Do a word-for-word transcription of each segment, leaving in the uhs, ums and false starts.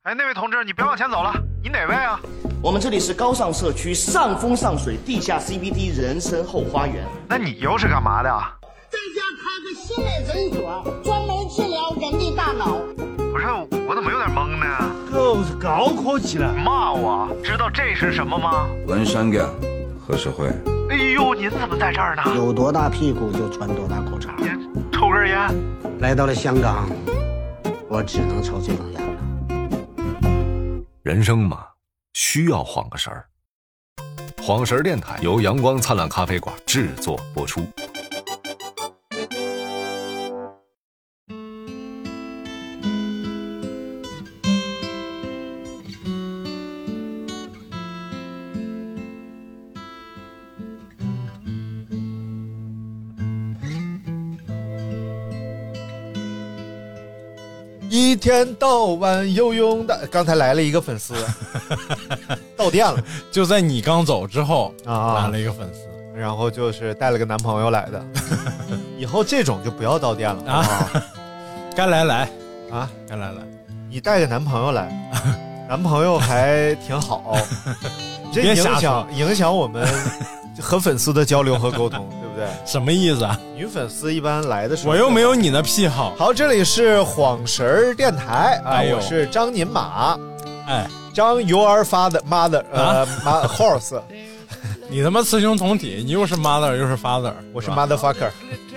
哎，那位同志，你别往前走了，你哪位啊？ 我们这里是高尚社区上风上水地下 C B D 人参后花园。 那你又是干嘛的啊？ 在家开个心理诊所，专门治疗人的大脑。 不是，我怎么有点懵呢？ 狗是高科技了。 骂我？知道这是什么吗？ 文山岗何时会？ 哎呦，您怎么在这儿呢？ 有多大屁股就穿多大裤衩。 抽根烟。 来到了香港，我只能抽这种烟了。 人生嘛，需要晃个神儿。晃神儿电台由阳光灿烂咖啡馆制作播出。 一天到晚游泳的，刚才来了一个粉丝，到店了， 就在你刚走之后啊， 来了一个粉丝， 然后就是带了个男朋友来的，以后这种就不要到店了啊， 该来来啊， 该来来， 你带个男朋友来，男朋友还挺好，这影响影响我们和粉丝的交流和沟通，对不对？ 什么意思啊？ 女粉丝一般来的时候， 我又没有你的癖好。 好，这里是晃神儿电台啊， 哎、 我是张宁马， 哎， 张 your father mother 呃、啊、horse， 你他妈雌雄同体，你又是 mother 又是 father， 我是 motherfucker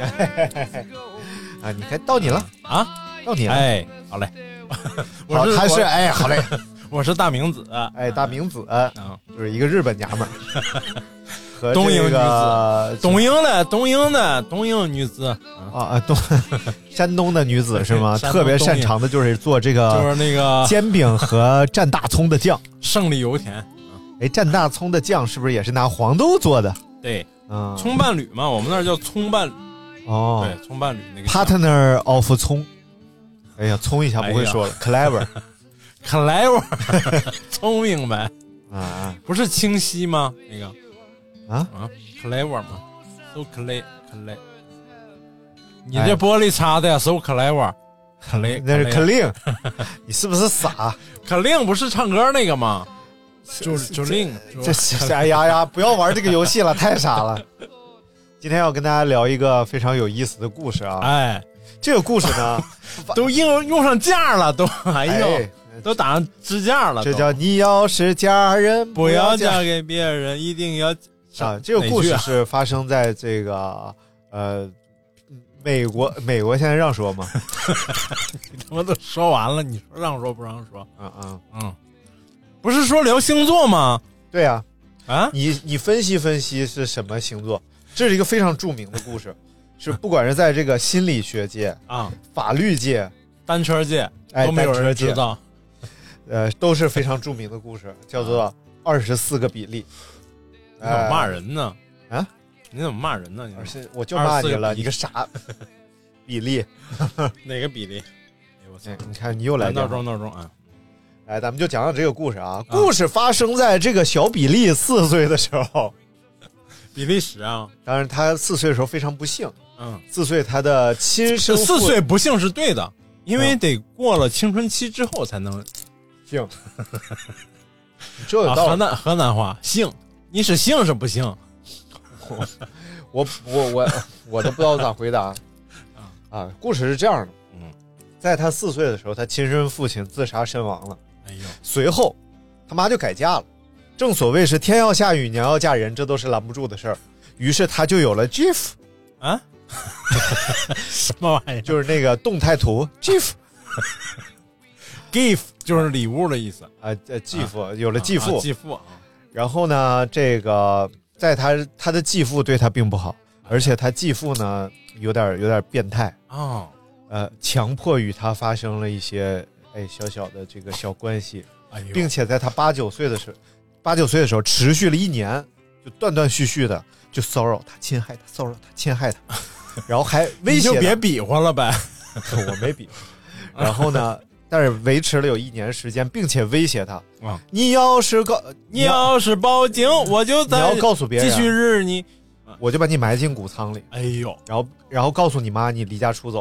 啊，你看到你了啊， 到你了， 哎，好嘞， 好，他是哎，好嘞， 我是大明子， 哎，大明子， 嗯， 就是一个日本娘们儿。和东瀛女子， 东瀛的东瀛的东瀛女子啊啊，东山东的女子是吗？特别擅长的就是做这个， 就是那个煎饼和蘸大葱的酱， 胜利油田。 哎，蘸大葱的酱是不是也是拿黄豆做的？ 对， 嗯， 葱伴侣嘛，我们那儿叫葱伴侣。 哦， 对，葱伴侣那个 partner of 葱。哎呀，葱一下不会说了、哎、 ，clever，clever， 聪明呗啊， 不是清晰吗？那个。 啊啊 ，clever 嘛 ，so clever clever， 你这玻璃擦的呀 ，so clever，clever， 那是 clean， 你是不是傻 ？clean 不是唱歌那个吗？就就令这这哎呀呀，不要玩这个游戏了，太傻了。今天要跟大家聊一个非常有意思的故事啊， 哎， 这个故事呢， 都用用上架了，都哎呦。哎都打上支架了， 这叫你要是家人不要嫁给别人，一定要啊！这个故事是发生在这个呃美国，美国现在让说吗？ 你他妈都说完了，你说让说不让说？ 嗯嗯嗯，不是说聊星座吗？ 对呀、 啊，啊， 你你分析分析是什么星座？这是一个非常著名的故事，是不管是在这个心理学界啊、 法律界、 单车界， 哎， 都没有人知道。 呃，都是非常著名的故事，叫做二十四个比例。 你怎么骂人呢？ 啊， 你怎么骂人呢？ 而是我就骂你了，你个傻比例。 哪个比例？ 哎，我操！你看你又来闹钟闹钟啊！ 来，咱们就讲讲这个故事啊。故事发生在这个小比利四岁的时候。 比利时啊， 当然他四岁的时候非常不幸。 嗯， 四岁他的亲生父四岁不幸是对的，因为得过了青春期之后才能。 姓，这有道理、 啊、河南河南话姓，你是姓是不姓？ 我我我我我都不知道咋回答啊！故事是这样的，嗯，在他四岁的时候，他亲生父亲自杀身亡了。 哎呦， 随后他妈就改嫁了。正所谓是天要下雨，娘要嫁人，这都是拦不住的事儿。于是他就有了 GIF 啊，什么玩意儿？ 就是那个动态图 GIF。 gift 就是礼物的意思啊，呃，继父、啊、有了继父， 啊、继父啊。 然后呢，这个在他他的继父对他并不好，而且他继父呢有点有点变态啊、哦， 呃，强迫与他发生了一些哎小小的这个小关系， 哎、 并且在他八九岁的时候，八九岁的时候持续了一年，就断断续续的就骚扰他、侵害他、骚扰他、侵害他，然后还威胁他， 你就别比划了呗， 我没比划，然后呢？但是维持了有一年时间，并且威胁他啊！ 你要是告， 你要是报警，我就在你要告诉别人， 继续日你， 我就把你埋进谷仓里。 哎呦， 然后然后告诉你妈，你离家出走了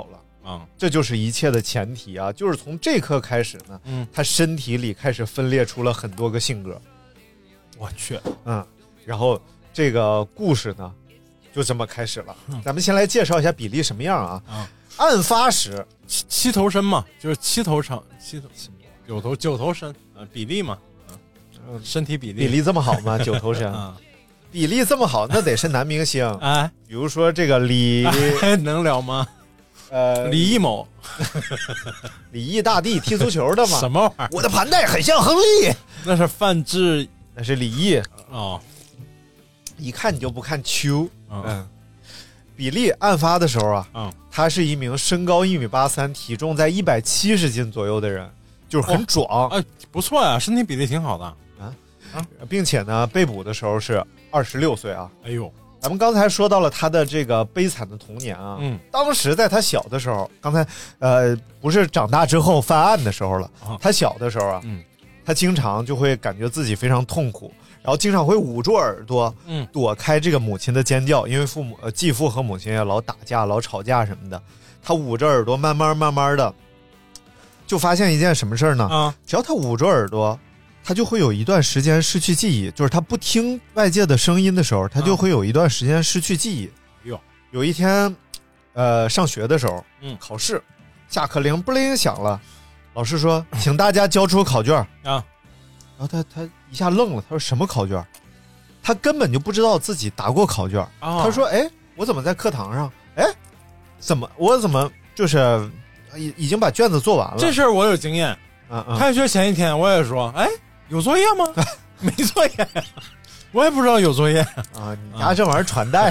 啊， 这就是一切的前提啊！就是从这刻开始呢， 嗯， 他身体里开始分裂出了很多个性格。 我去， 嗯，然后这个故事呢，就这么开始了。嗯、咱们先来介绍一下比利什么样啊？ 啊， 案发时七七头身嘛，就是七头长，七头九头九头身，呃，比利嘛，嗯，身体比例， 比例这么好吗？九头身啊。比例这么好，那得是男明星哎， 比如说这个李， 哎、能聊吗？ 呃， 李义某， 李义大帝踢足球的嘛？ 什么玩意儿？ 我的盘带很像亨利， 那是范志， 那是李义哦。 一看你就不看秋。 嗯， 嗯比利案发的时候啊， 嗯， 他是一名身高一米八三，体重在一百七十斤左右的人，就是很壮， 哎、哦，不错呀、啊，身体比例挺好的啊啊，并且呢，被捕的时候是二十六岁啊。 哎呦， 咱们刚才说到了他的这个悲惨的童年啊， 嗯， 当时在他小的时候，刚才呃不是长大之后犯案的时候了，啊、他小的时候啊， 嗯， 他经常就会感觉自己非常痛苦，然后经常会捂住耳朵， 嗯， 躲开这个母亲的尖叫，因为父母呃继父和母亲也老打架、老吵架什么的，他捂着耳朵，慢慢慢慢的，就发现一件什么事儿呢？ 啊， 只要他捂着耳朵。他就会有一段时间失去记忆，就是他不听外界的声音的时候，他就会有一段时间失去记忆。 哟、啊， 有一天，呃，上学的时候， 嗯， 考试，下课铃不铃响了，老师说，请大家交出考卷啊。然后他他一下愣了，他说什么考卷？他根本就不知道自己答过考卷。 啊、 他说，哎，我怎么在课堂上？哎，怎么我怎么就是已已经把卷子做完了？ 这事儿我有经验。 嗯嗯， 开学前一天我也说，哎。有作业吗？没作业，我也不知道有作业啊！你家这玩意儿传代，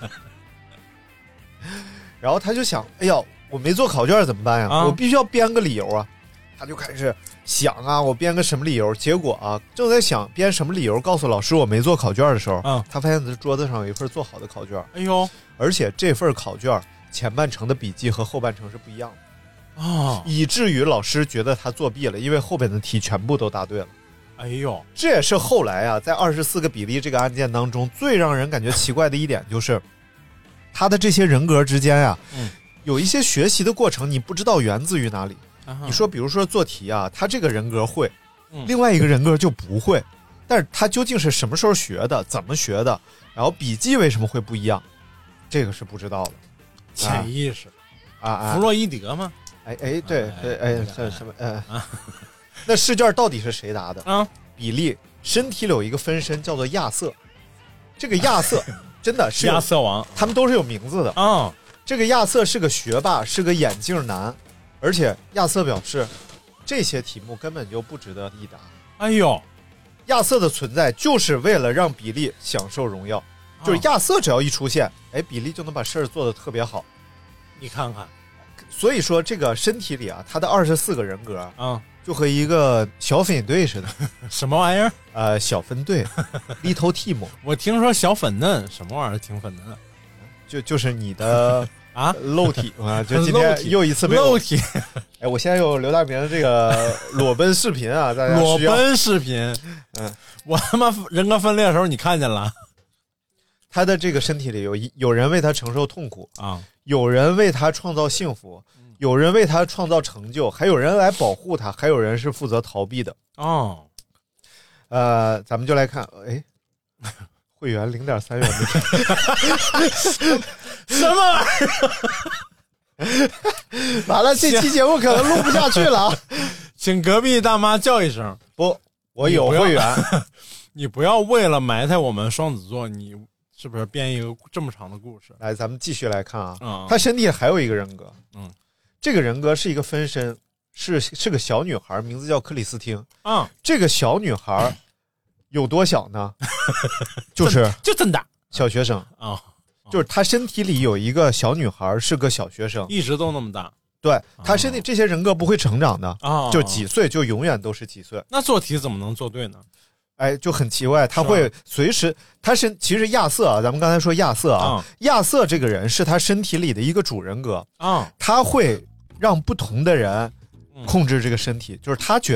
然后他就想，哎呀，我没做考卷怎么办呀？啊、我必须要编个理由啊！他就开始想啊，我编个什么理由？结果啊，正在想编什么理由告诉老师我没做考卷的时候， 啊、 他发现他桌子上有一份做好的考卷。 哎呦， 而且这份考卷前半程的笔记和后半程是不一样的啊、哦， 以至于老师觉得他作弊了，因为后边的题全部都答对了。 哎呦， 这也是后来啊，在二十四个比利这个案件当中最让人感觉奇怪的一点，就是他的这些人格之间啊， 嗯， 有一些学习的过程，你不知道源自于哪里。 啊、 你说，比如说做题啊，他这个人格会， 嗯、 另外一个人格就不会，但是他究竟是什么时候学的，怎么学的，然后笔记为什么会不一样，这个是不知道的。 潜意识啊啊， 弗洛伊德吗？ 哎哎，对对，哎这什么呃。那试卷到底是谁答的啊？ 比利身体里有一个分身叫做亚瑟，这个亚瑟真的是亚瑟王， 他们都是有名字的啊、哦。 这个亚瑟是个学霸，是个眼镜男，而且亚瑟表示这些题目根本就不值得一答。 哎呦， 亚瑟的存在就是为了让比利享受荣耀，哦、就是亚瑟只要一出现，哎，比利就能把事儿做得特别好。 你看看， 所以说这个身体里啊，他的二十四个人格啊。嗯， 就和一个小分队似的， 什么玩意儿？ 呃，小分队 ，Little Team。 我听说小粉嫩，什么玩意儿？挺粉嫩的， 就就是你的啊肉体啊！就今天又一次被肉体。 哎，我现在有刘大明的这个裸奔视频啊，大家裸奔视频。 嗯， 我他妈人格分裂的时候你看见了？ 他的这个身体里有一有人为他承受痛苦啊， 有人为他创造幸福。有人为他创造成就，还有人来保护他，还有人是负责逃避的哦。 呃，咱们就来看，哎，会员零点三元的， 什么玩意儿？完了，这期节目可能录不下去了啊！ 请隔壁大妈叫一声。 不，我有会员。 你不要为了埋汰我们双子座，你是不是编一个这么长的故事？ 来，咱们继续来看啊。 嗯， 他身体还有一个人格， 嗯。 这个人格是一个分身，是是个小女孩，名字叫克里斯汀。 啊、嗯， 这个小女孩有多小呢？就是就真的小学生啊、哦， 就是她身体里有一个小女孩，是个小学生， 一直都那么大。 对，她身体这些人格不会成长的啊、哦，就几岁就永远都是几岁。 那做题怎么能做对呢？ 哎，就很奇怪，他会随时，他是其实亚瑟啊，咱们刚才说亚瑟啊，嗯、亚瑟这个人是他身体里的一个主人格啊、嗯，他会让不同的人控制这个身体，嗯、就是他觉得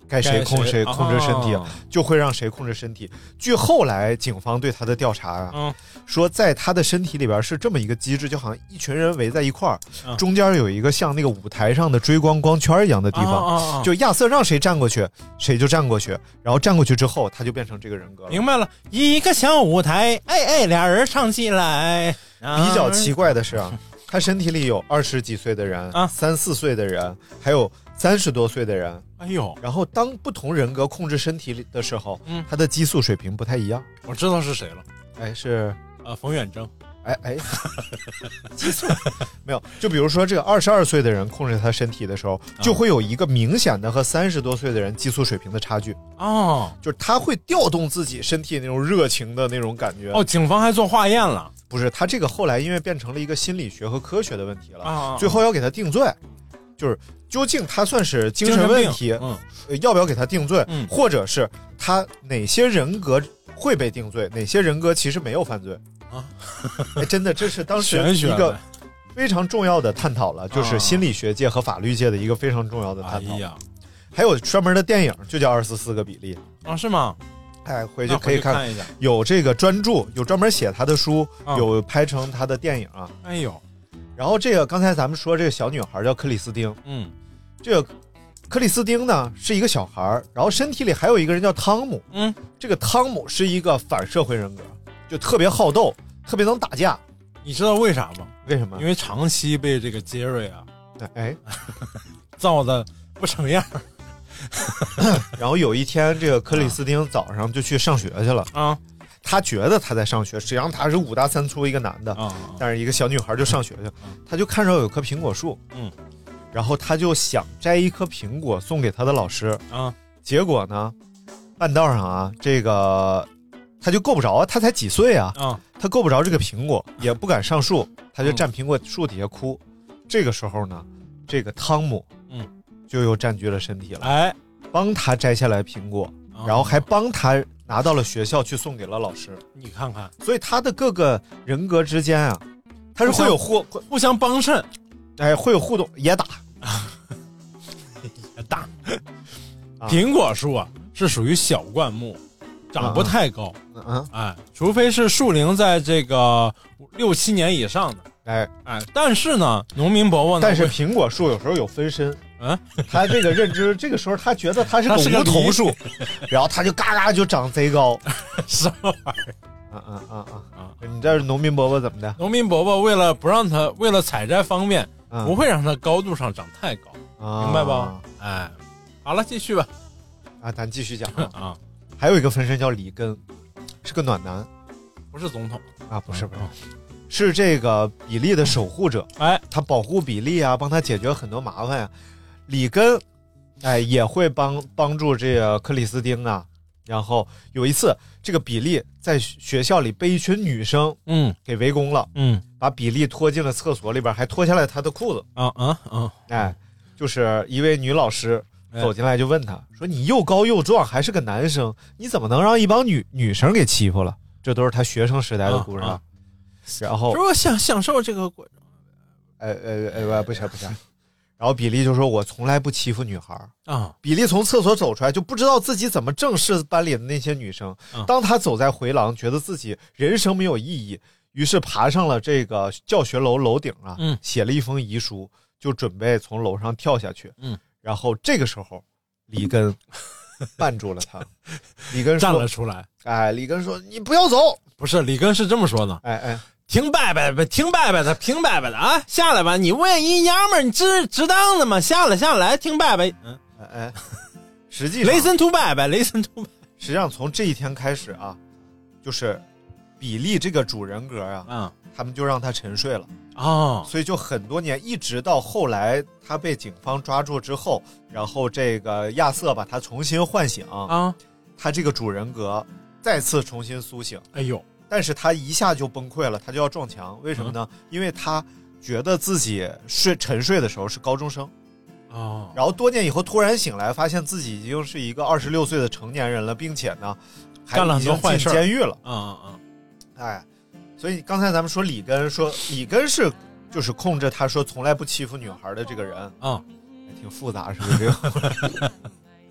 该谁控制谁控制身体， 哦、 就会让谁控制身体。据后来警方对他的调查啊， 嗯、 说在他的身体里边是这么一个机制，就好像一群人围在一块儿、 嗯， 中间有一个像那个舞台上的追光光圈一样的地方， 哦哦哦、 就亚瑟让谁站过去，谁就站过去，然后站过去之后，他就变成这个人格了。 明白了，一个小舞台，哎哎，俩人唱起来。 比较奇怪的是啊，他身体里有二十几岁的人， 啊， 三四岁的人，还有三十多岁的人。 哎呦， 然后当不同人格控制身体里的时候， 嗯， 他的激素水平不太一样。 我知道是谁了， 哎，是呃冯远征。 哎哎，激素没有，就比如说这个二十二岁的人控制他身体的时候，就会有一个明显的和三十多岁的人激素水平的差距。 哦， 就是他会调动自己身体那种热情的那种感觉。 哦，警方还做化验了？ 不是，他这个后来因为变成了一个心理学和科学的问题了， 啊、 最后要给他定罪，就是究竟他算是精神问题， 嗯， 要不要给他定罪， 嗯， 或者是他哪些人格会被定罪，哪些人格其实没有犯罪。啊，哎，真的，这是当时一个非常重要的探讨了，就是心理学界和法律界的一个非常重要的探讨。 哎呀， 还有专门的电影，就叫《二十四个比例》 啊，是吗？ 哎，回去可以 看, 看一下， 有这个专著，有专门写他的书， 啊、 有拍成他的电影啊。 哎呦， 然后这个刚才咱们说这个小女孩叫克里斯汀， 嗯， 这个克里斯汀呢是一个小孩，然后身体里还有一个人叫汤姆， 嗯，这个汤姆是一个反社会人格，就特别好斗，特别能打架。 你知道为啥吗？ 为什么？ 因为长期被这个杰瑞啊， 哎， 造的不成样。 然后有一天，这个克里斯汀早上就去上学去了啊。 他觉得他在上学，实际上他是五大三粗一个男的啊， 但是一个小女孩就上学去，他就看着有棵苹果树， 嗯， 然后他就想摘一颗苹果送给他的老师啊。 结果呢，半道上啊，这个他就够不着，他才几岁啊， 啊， 他够不着这个苹果，也不敢上树，他就站苹果树底下哭。嗯、这个时候呢，这个汤姆， 嗯， 就又占据了身体了， 哎， 帮他摘下来苹果， 啊、 然后还帮他拿到了学校去送给了老师。 你看看， 所以他的各个人格之间啊，他是会有互互相帮衬， 哎，会有互动，也打， 也打。苹果树啊，是属于小灌木，长不太高， 嗯嗯， 哎，除非是树龄在这个六七年以上的， 哎哎，但是呢，农民伯伯呢， 但是苹果树有时候有分身。嗯，他这个认知，这个时候他觉得他是个梧桐树，然后他就嘎嘎就长贼高， 什么玩意儿？ 啊啊啊啊啊！你这农民伯伯怎么的？ 农民伯伯为了不让他，为了采摘方便， 嗯、 不会让他高度上长太高， 啊、 明白吧？哎，好了，继续吧。 啊，咱继续讲啊。 还有一个分身叫里根，是个暖男， 不是总统啊，不是不是。嗯是这个比利的守护者， 哎， 他保护比利啊，帮他解决很多麻烦呀、啊。里根，哎，也会帮帮助这个克里斯汀啊。然后有一次，这个比利在学校里被一群女生， 嗯， 给围攻了， 嗯， 把比利拖进了厕所里边，还脱下来他的裤子， 啊啊啊！ 哎，就是一位女老师走进来就问他说：“你又高又壮，还是个男生，你怎么能让一帮女女生给欺负了？”这都是他学生时代的故事。啊啊然后， 如果想享受这个过程， 呃呃呃，不是不是。然后比利就说：“我从来不欺负女孩啊。” 比利从厕所走出来，就不知道自己怎么正视班里的那些女生。 啊、 当他走在回廊，觉得自己人生没有意义，于是爬上了这个教学楼楼顶啊， 嗯、 写了一封遗书，就准备从楼上跳下去。 嗯， 然后这个时候，里根绊住了他。里根站了出来。 哎，里根说：“你不要走。” 不是，里根是这么说的。 哎哎。 听伯伯，听伯伯的，听伯伯的啊！下来吧，你问一娘们儿，你值值当的吗？下来，下来，听伯伯。嗯， 哎哎，实际上 ，listen to 伯伯 ，listen to。 实际上，从这一天开始啊，就是比利这个主人格啊， 嗯， 他们就让他沉睡了哦， 所以就很多年，一直到后来他被警方抓住之后，然后这个亚瑟把他重新唤醒啊， 他这个主人格再次重新苏醒。 哎呦！ 但是他一下就崩溃了，他就要撞墙。为什么呢？嗯、因为他觉得自己睡沉睡的时候是高中生， 哦， 然后多年以后突然醒来，发现自己已经是一个二十六岁的成年人了，并且呢，还干了很多坏事， 进监狱了。 嗯嗯嗯， 哎，所以刚才咱们说里根，说里根是就是控制他说从来不欺负女孩的这个人啊、 嗯，挺复杂，是不是这个？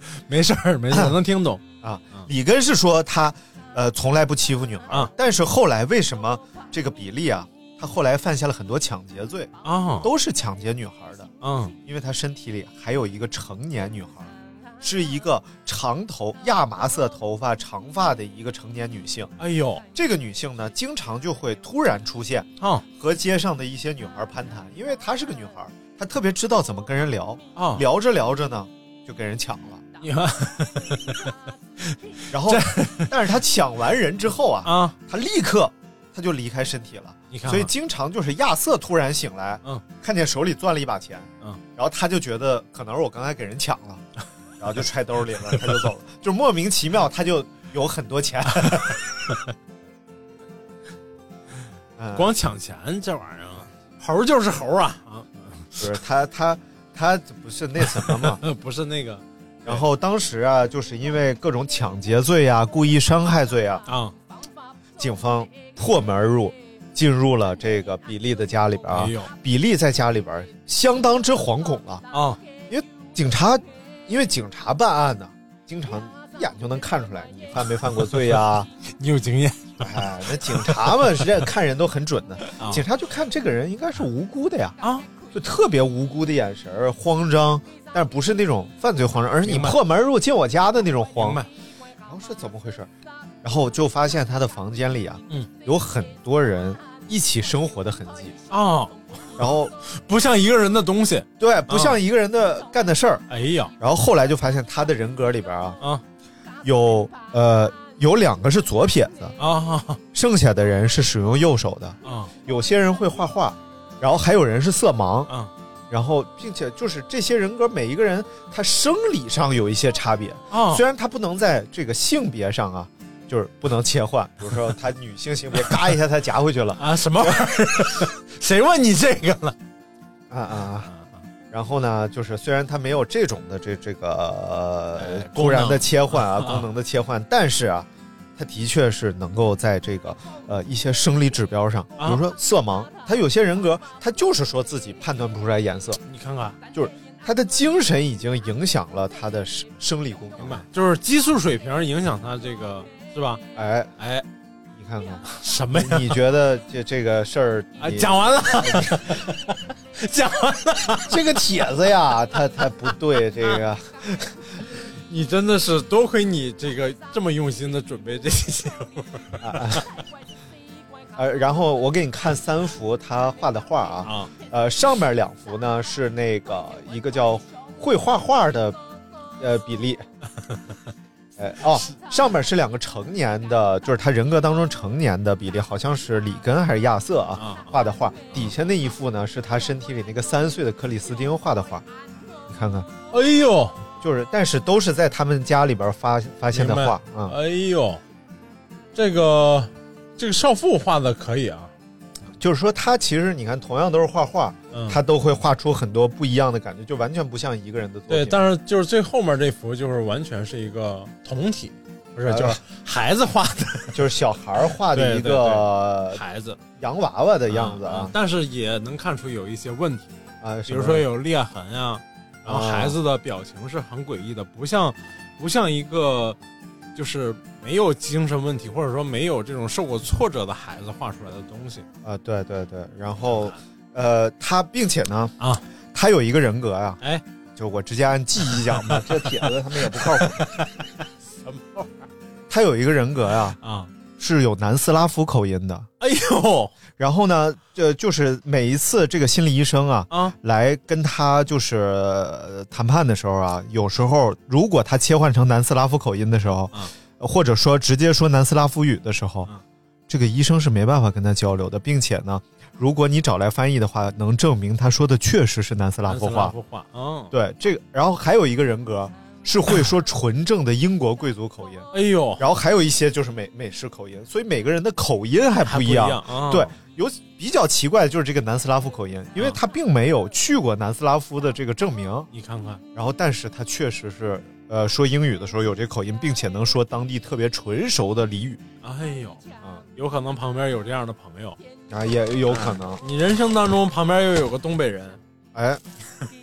没事儿没事儿，能听懂啊。里根是说他呃从来不欺负女孩啊，但是后来为什么这个比利啊，他后来犯下了很多抢劫罪啊，都是抢劫女孩的，嗯，因为他身体里还有一个成年女孩。是一个长头亚麻色头发长发的一个成年女性。 哎呦， 这个女性呢，经常就会突然出现啊，和街上的一些女孩攀谈，因为她是个女孩，她特别知道怎么跟人聊啊，聊着聊着呢，就给人抢了。你看，然后，但是她抢完人之后啊，啊，她立刻她就离开身体了。你看，所以经常就是亚瑟突然醒来，嗯，看见手里攥了一把钱，嗯，然后他就觉得可能是我刚才给人抢了。然后就揣兜里了，他就走了，就莫名其妙他就有很多钱。 光抢钱这玩意儿，猴就是猴啊啊！ 不是他他他不是那什么嘛？ 不是那个。 然后当时啊，就是因为各种抢劫罪啊、故意伤害罪啊，啊，警方破门而入，进入了这个比利的家里边啊。哎、比利在家里边相当之惶恐了啊，因为警察。因为警察办案呢，经常一眼就能看出来你犯没犯过罪呀、啊。 你有经验， 哎，那警察嘛，实际上看人都很准的。啊、警察就看这个人应该是无辜的呀，啊，就特别无辜的眼神，慌张，但是不是那种犯罪慌张，而是你破门入进我家的那种慌。然后是怎么回事？然后就发现他的房间里啊，嗯，有很多人一起生活的痕迹啊。然后不像一个人的东西， 对，不像一个人的干的事儿。 哎呀， 然后后来就发现他的人格里边啊，啊，有呃有两个是左撇子啊，剩下的人是使用右手的啊。有些人会画画，然后还有人是色盲啊。然后并且就是这些人格每一个人他生理上有一些差别啊，虽然他不能在这个性别上啊。就是不能切换，比如说他女性性别，嘎一下他夹回去了啊！什么玩意儿？谁问你这个了？ 啊啊啊！然后呢，就是虽然他没有这种的这这个呃突然的切换啊，功能的切换，但是啊，他的确是能够在这个呃一些生理指标上，比如说色盲，他有些人格他就是说自己判断不出来颜色， 你看看， 就是。他的精神已经影响了他的生生理功能， 就是激素水平影响他这个是吧？ 哎哎， 你看看什么呀？ 你觉得这这个事儿啊？讲完了，讲完了。 这个帖子呀，他他不对，这个你真的是多亏你这个这么用心的准备这期节目。啊呃，然后我给你看三幅他画的画啊，啊呃，上面两幅呢是那个一个叫会画画的，呃，比利，哎哦，上面是两个成年的，就是他人格当中成年的比利，好像是里根还是亚瑟啊，啊画的画，底下那一幅呢是他身体里那个三岁的克里斯汀画的画，你看看， 哎呦， 就是但是都是在他们家里边发发现的画啊、嗯， 哎呦，这个。这个少妇画的可以啊， 就是说他其实你看同样都是画画、嗯、他都会画出很多不一样的感觉，就完全不像一个人的作品。 对，但是就是最后面这幅就是完全是一个同体，不是、呃、就是孩子画的， 就是小孩画的一个孩子洋娃娃的样子啊、 嗯嗯、但是也能看出有一些问题啊，比如说有裂痕啊，然后孩子的表情是很诡异的，不像不像一个就是没有精神问题或者说没有这种受过挫折的孩子画出来的东西啊，对对对，然后呃，他并且呢啊，他有一个人格呀、啊，哎，就我直接按记忆讲吧，这帖子他们也不靠谱。 什么玩意儿？ 他有一个人格呀、啊，啊，是有南斯拉夫口音的。 哎呦， 然后呢，就就是每一次这个心理医生啊，啊，来跟他就是、呃、谈判的时候啊，有时候如果他切换成南斯拉夫口音的时候。啊，或者说直接说南斯拉夫语的时候、嗯、这个医生是没办法跟他交流的，并且呢如果你找来翻译的话能证明他说的确实是南斯拉夫话。南斯拉夫话、哦、对这个，然后还有一个人格是会说纯正的英国贵族口音， 哎呦， 然后还有一些就是美美式口音，所以每个人的口音还不一样, 还不一样、哦、 对，有比较奇怪的就是这个南斯拉夫口音，因为他并没有去过南斯拉夫的这个证明， 你看看， 然后但是他确实是呃，说英语的时候有这口音，并且能说当地特别纯熟的俚语。 哎呦，啊，有可能旁边有这样的朋友啊，也有可能。 你人生当中旁边又有个东北人， 哎，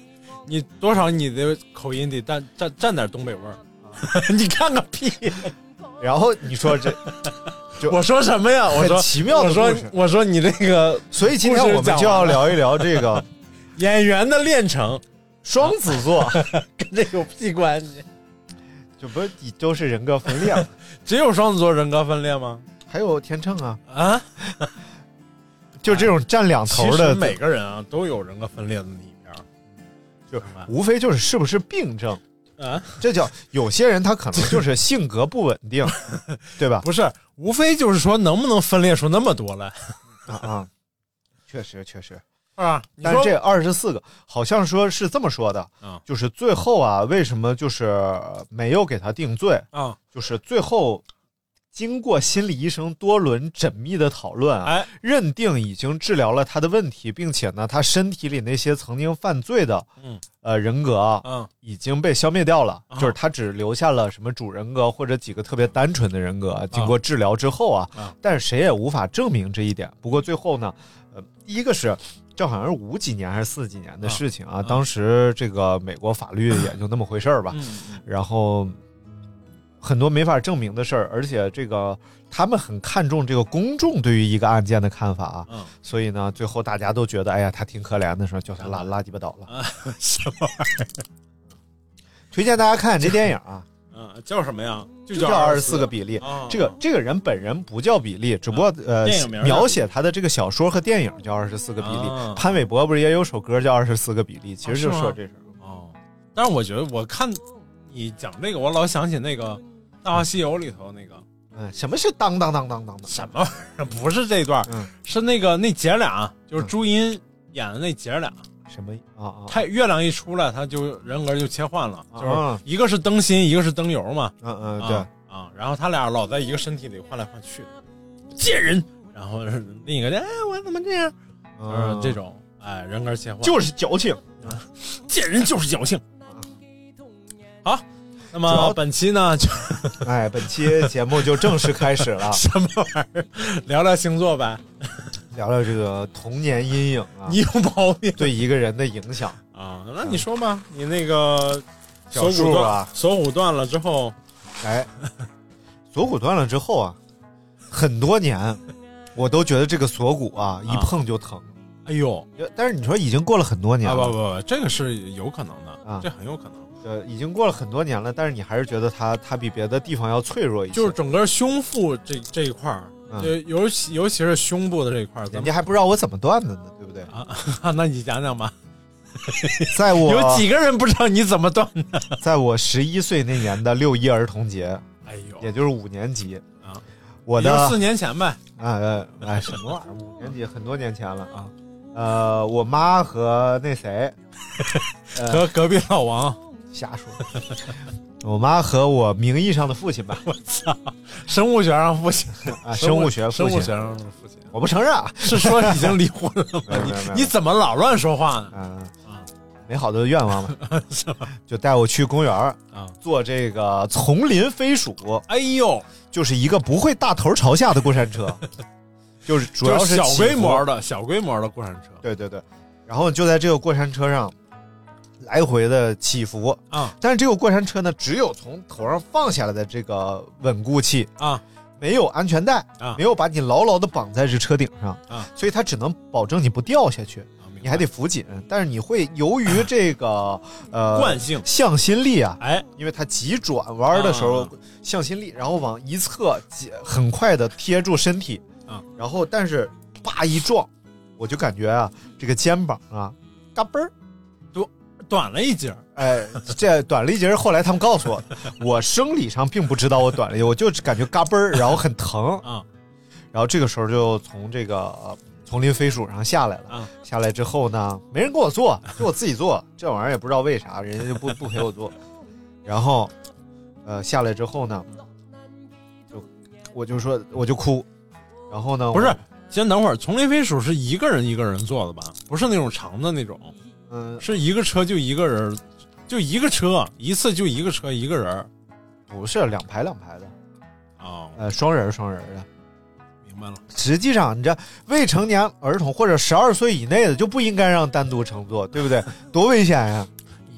你多少你的口音得占占占点东北味儿，你看个屁！ 然后你说这， 我说什么呀？我说很奇妙的我说我说你这个， 所以今天我们就要聊一聊这个演员的炼成， 双子座跟这有屁关系？ 就不是都是人格分裂吗？ 只有双子座人格分裂吗？ 还有天秤啊啊！ 就这种占两头的， 每个人啊都有人格分裂的那一面， 就无非就是是不是病症啊？ 这叫有些人他可能就是性格不稳定，对吧？ 不是，无非就是说能不能分裂出那么多来啊啊！确实确实啊， 但是这二十四个好像说是这么说的啊，就是最后啊，为什么就是没有给他定罪啊？ 就是最后。经过心理医生多轮缜密的讨论啊， 哎， 认定已经治疗了他的问题，并且呢，他身体里那些曾经犯罪的， 嗯， 呃，人格， 嗯， 已经被消灭掉了， 啊、 就是他只留下了什么主人格或者几个特别单纯的人格。啊、经过治疗之后啊， 啊但是谁也无法证明这一点。不过最后呢，呃，第一个是这好像是五几年还是四几年的事情啊，啊当时这个美国法律也就那么回事儿吧， 嗯嗯、 然后。很多没法证明的事儿，而且这个他们很看重这个公众对于一个案件的看法啊， 嗯， 所以呢，最后大家都觉得，哎呀，他挺可怜的时候，叫他拉拉鸡巴倒了。 啊，什么玩意儿？ 推荐大家看这电影啊， 嗯，叫什么呀？ 就叫二十四个比例。 哦、 这个这个人本人不叫比利，只不过、啊、呃，描写他的这个小说和电影叫二十四个比例。啊、潘玮柏不是也有首歌叫二十四个比例？其实就说这事儿。哦，但是我觉得我看你讲这个，我老想起那个。《大话西游》里头那个， 嗯，什么是当当当当当的？ 什么玩意儿？不是这段，嗯，是那个那姐俩，就是朱茵演的那姐俩。 什么啊啊？ 太月亮一出来，他就人格就切换了， 啊、 就是一个是灯芯，一个是灯油嘛。 嗯嗯，对啊，然后他俩老在一个身体里换来换去，贱人。然后另一个，哎，我怎么这样？嗯，这种，哎，人格切换就是矫情， 啊、贱人就是矫情。好。那么本期呢，就哎，本期节目就正式开始了。 什么玩意儿？聊聊星座呗， 聊聊这个童年阴影啊， 你有毛病对一个人的影响啊。那你说吧，你那个锁骨啊， 锁骨断了之后， 哎，锁骨断了之后啊，很多年我都觉得这个锁骨啊一碰就疼。 哎呦！ 但是你说已经过了很多年了， 啊、不不不，这个是有可能的啊，这很有可能。 呃，已经过了很多年了，但是你还是觉得它它比别的地方要脆弱一些， 就是整个胸腹这这一块儿，嗯、尤其尤其是胸部的这一块儿， 人家还不知道我怎么断的呢，对不对？ 啊，那你讲讲吧。 在我有几个人不知道你怎么断的？ 在我十一岁那年的六一儿童节， 哎呦， 也就是五年级啊， 我的四年前呗， 啊呃哎什么玩意儿？五年级很多年前了啊。呃，我妈和那谁， 呃、和隔壁老王。 瞎说，我妈和我名义上的父亲吧。 我操，生物学上父亲啊，生物学父亲， 生物学上的父亲， 我不承认啊。 是说已经离婚了吗？你你怎么老乱说话呢？ 嗯啊，美好的愿望嘛，就带我去公园啊，坐这个丛林飞鼠。 哎呦， 就是一个不会大头朝下的过山车，就是主要是小规模的小规模的过山车。 对对对，然后就在这个过山车上。来回的起伏啊， 但是这个过山车呢，只有从头上放下来的这个稳固器啊， 没有安全带啊， 没有把你牢牢的绑在这车顶上啊， 所以它只能保证你不掉下去， 啊、 你还得扶紧。但是你会由于这个呃惯性向心力啊， 哎， 因为它急转弯的时候、啊、向心力，然后往一侧很快的贴住身体啊， 然后但是叭一撞，我就感觉啊这个肩膀啊嘎嘣儿。 短了一截， 哎，这短了一截。后来他们告诉我，我生理上并不知道我短了一截，我就感觉嘎嘣儿，然后很疼啊。 然后这个时候就从这个、呃、丛林飞鼠上下来了、 啊。 下来之后呢，没人跟我坐，就我自己坐。这玩意儿也不知道为啥，人家就不不陪我坐。然后，呃，下来之后呢，就我就说我就哭。然后呢， 不是，先等会儿，丛林飞鼠是一个人一个人坐的吧？不是那种长的那种。 嗯， 是一个车就一个人，就一个车，一次就一个车一个人， 不是两排两排的， 哦， 呃，双人双人的， 明白了。 实际上，你这未成年儿童或者十二岁以内的就不应该让单独乘坐，对不对？多危险呀！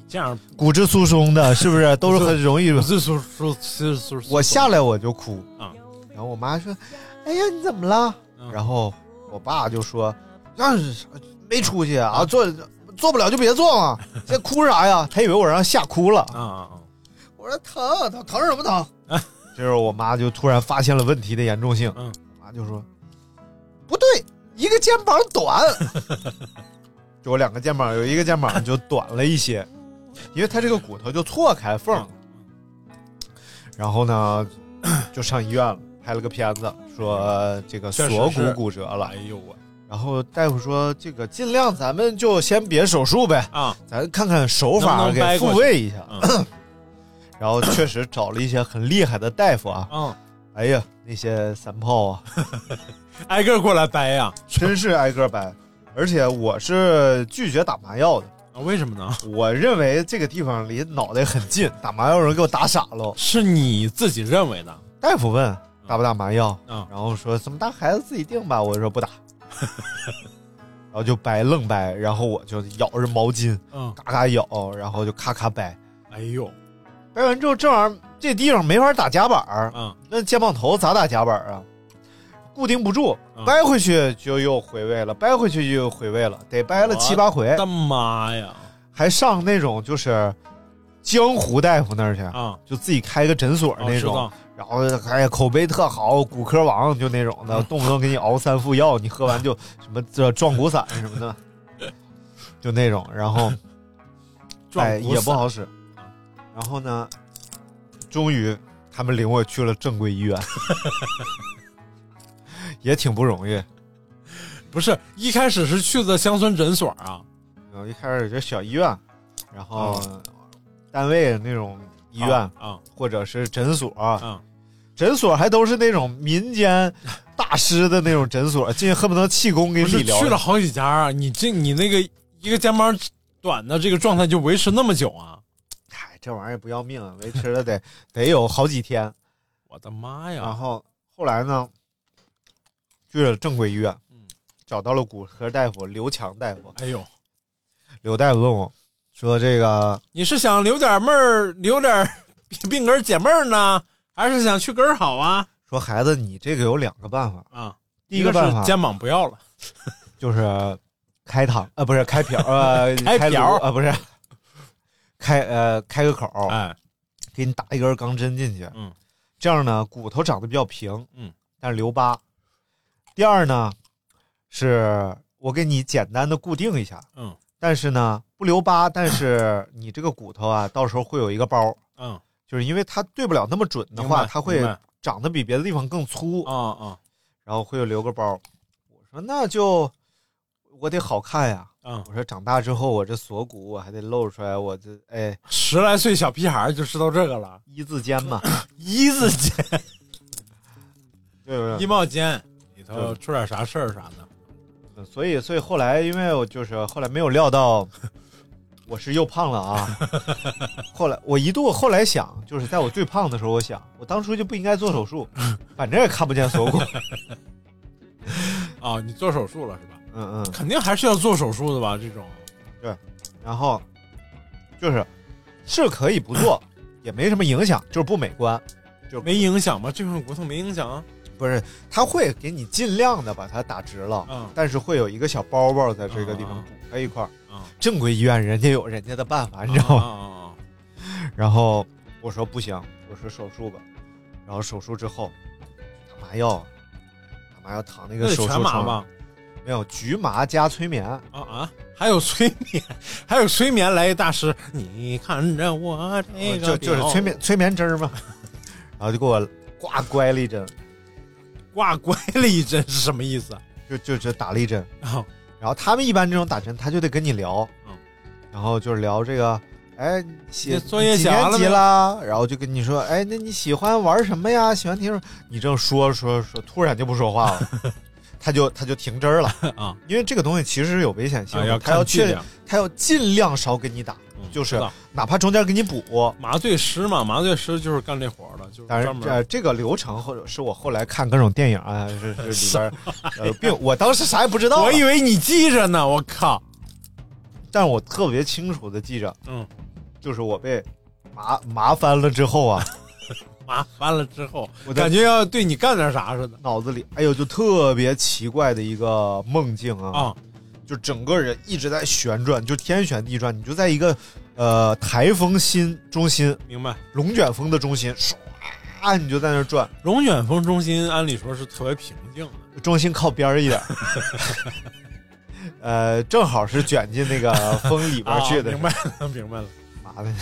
这样骨质疏松的，是不是都是很容易？ 骨质疏疏疏疏。 我下来我就哭啊， 然后我妈说：“哎呀，你怎么了？”嗯、然后我爸就说：“让没出息啊，做做不了就别做嘛，这哭啥呀？”他以为我让吓哭了啊啊！ 我说疼疼疼什么疼？这时候我妈就突然发现了问题的严重性，嗯，我妈就说：“不对，一个肩膀短。”就我两个肩膀有一个肩膀就短了一些，因为他这个骨头就错开缝，然后呢就上医院了，拍了个片子说这个锁骨骨折了。 哎呦我！ 然后大夫说这个尽量咱们就先别手术呗啊，咱看看手法给复位一下。能能嗯、然后确实找了一些很厉害的大夫啊，嗯，哎呀那些三炮啊， 挨个过来掰呀、啊， 真是挨个掰。而且我是拒绝打麻药的啊，为什么呢？ 我认为这个地方离脑袋很近，打麻药人给我打傻了。 是你自己认为的？ 大夫问打不打麻药，嗯，然后说这么大孩子自己定吧，我说不打，然后就掰愣掰，然后我就咬着毛巾，嗯，嘎嘎咬，然后就咔咔掰， 哎呦， 掰完之后这玩意儿这地方没法打夹板，嗯，那肩膀头咋打夹板啊？固定不住，掰回去就又回位了，掰回去就又回位了，得掰了七八回。 我的妈呀！ 还上那种就是江湖大夫那儿去啊，就自己开个诊所那种，然后哎呀口碑特好，骨科王就那种的，动不动给你熬三副药，你喝完就什么这壮骨散什么的，就那种，然后哎也不好使。然后呢，终于他们领我去了正规医院。也挺不容易， 不是一开始是去的乡村诊所啊， 然后一开始就小医院，然后单位那种医院啊、嗯，或者是诊所啊、嗯，诊所还都是那种民间大师的那种诊所，进去恨不得气功给你理疗。 去了好几家啊，你这你那个一个肩膀短的这个状态就维持那么久啊？ 哎，这玩意儿不要命，维持了得得有好几天。 我的妈呀！ 然后后来呢？去了正规医院，嗯，找到了骨科大夫刘强大夫。 哎呦， 刘大夫问我说：“这个你是想留点妹儿，留点病根解闷儿呢，还是想去根儿好啊？” 说孩子，你这个有两个办法啊。 第一个办法是肩膀不要了， 就是开膛啊，不是开瓢呃， 开瓢啊，不是开呃开个口，哎，给你打一根钢针进去，嗯，这样呢骨头长得比较平，嗯，但是留疤。第二呢，是我给你简单的固定一下，嗯，但是呢不留疤，但是你这个骨头啊，到时候会有一个包，嗯，就是因为它对不了那么准的话，它会长得比别的地方更粗，啊啊，然后会有留个包。我说那就我得好看呀，嗯，我说长大之后我这锁骨我还得露出来，我这哎十来岁小屁孩就知道这个了， 一字肩嘛， 一字肩， 对不对？ 衣帽间。呃，出点啥事儿啥的，所以所以后来，因为我就是后来没有料到我是又胖了啊。后来我一度后来想，就是在我最胖的时候，我想我当初就不应该做手术，反正也看不见锁骨。 啊，你做手术了是吧？ 嗯嗯， 肯定还是要做手术的吧？这种对，然后就是是可以不做，也没什么影响，就是不美观， 就没影响吗？这块骨头没影响啊。 不是，他会给你尽量的把它打直了，嗯，但是会有一个小包包在这个地方补开一块儿。嗯，正规医院人家有人家的办法，你知道吗？嗯、然后我说不行，我说手术吧。然后手术之后打麻药，打麻药躺那个手术床， 全麻吧？ 没有，局麻加催眠。 啊啊，还有催眠，还有催眠来一大师，你看着我这个、 哦、就就是催眠催眠针嘛，然后就给我挂乖了一针。 挂乖了一针是什么意思？ 就就就打了一针，哦、然后他们一般这种打针，他就得跟你聊，嗯，然后就是聊这个，哎，写作业几年级啦？然后就跟你说，哎，那你喜欢玩什么呀？喜欢听什么？你正说说说，突然就不说话了，他就他就停针了啊，因为这个东西其实是有危险性的， 啊、 他要确他要尽量少给你打。就是哪怕中间给你补麻醉师嘛，麻醉师就是干这活的，就是当然呃这个流程或者是我后来看各种电影啊，是是里边呃并我当时啥也不知道， 我以为你记着呢，我靠！ 但是我特别清楚的记着，嗯， 就是我被麻麻翻了之后啊， 麻翻了之后，我感觉要对你干点啥似的， 脑子里哎呦就特别奇怪的一个梦境啊， 啊， 就整个人一直在旋转，就天旋地转，你就在一个呃台风心中心， 明白？ 龙卷风的中心，唰，你就在那转。 龙卷风中心按理说是特别平静的， 中心靠边一点。呃，正好是卷进那个风里边去的。 啊、明白了，明白了。 妈的，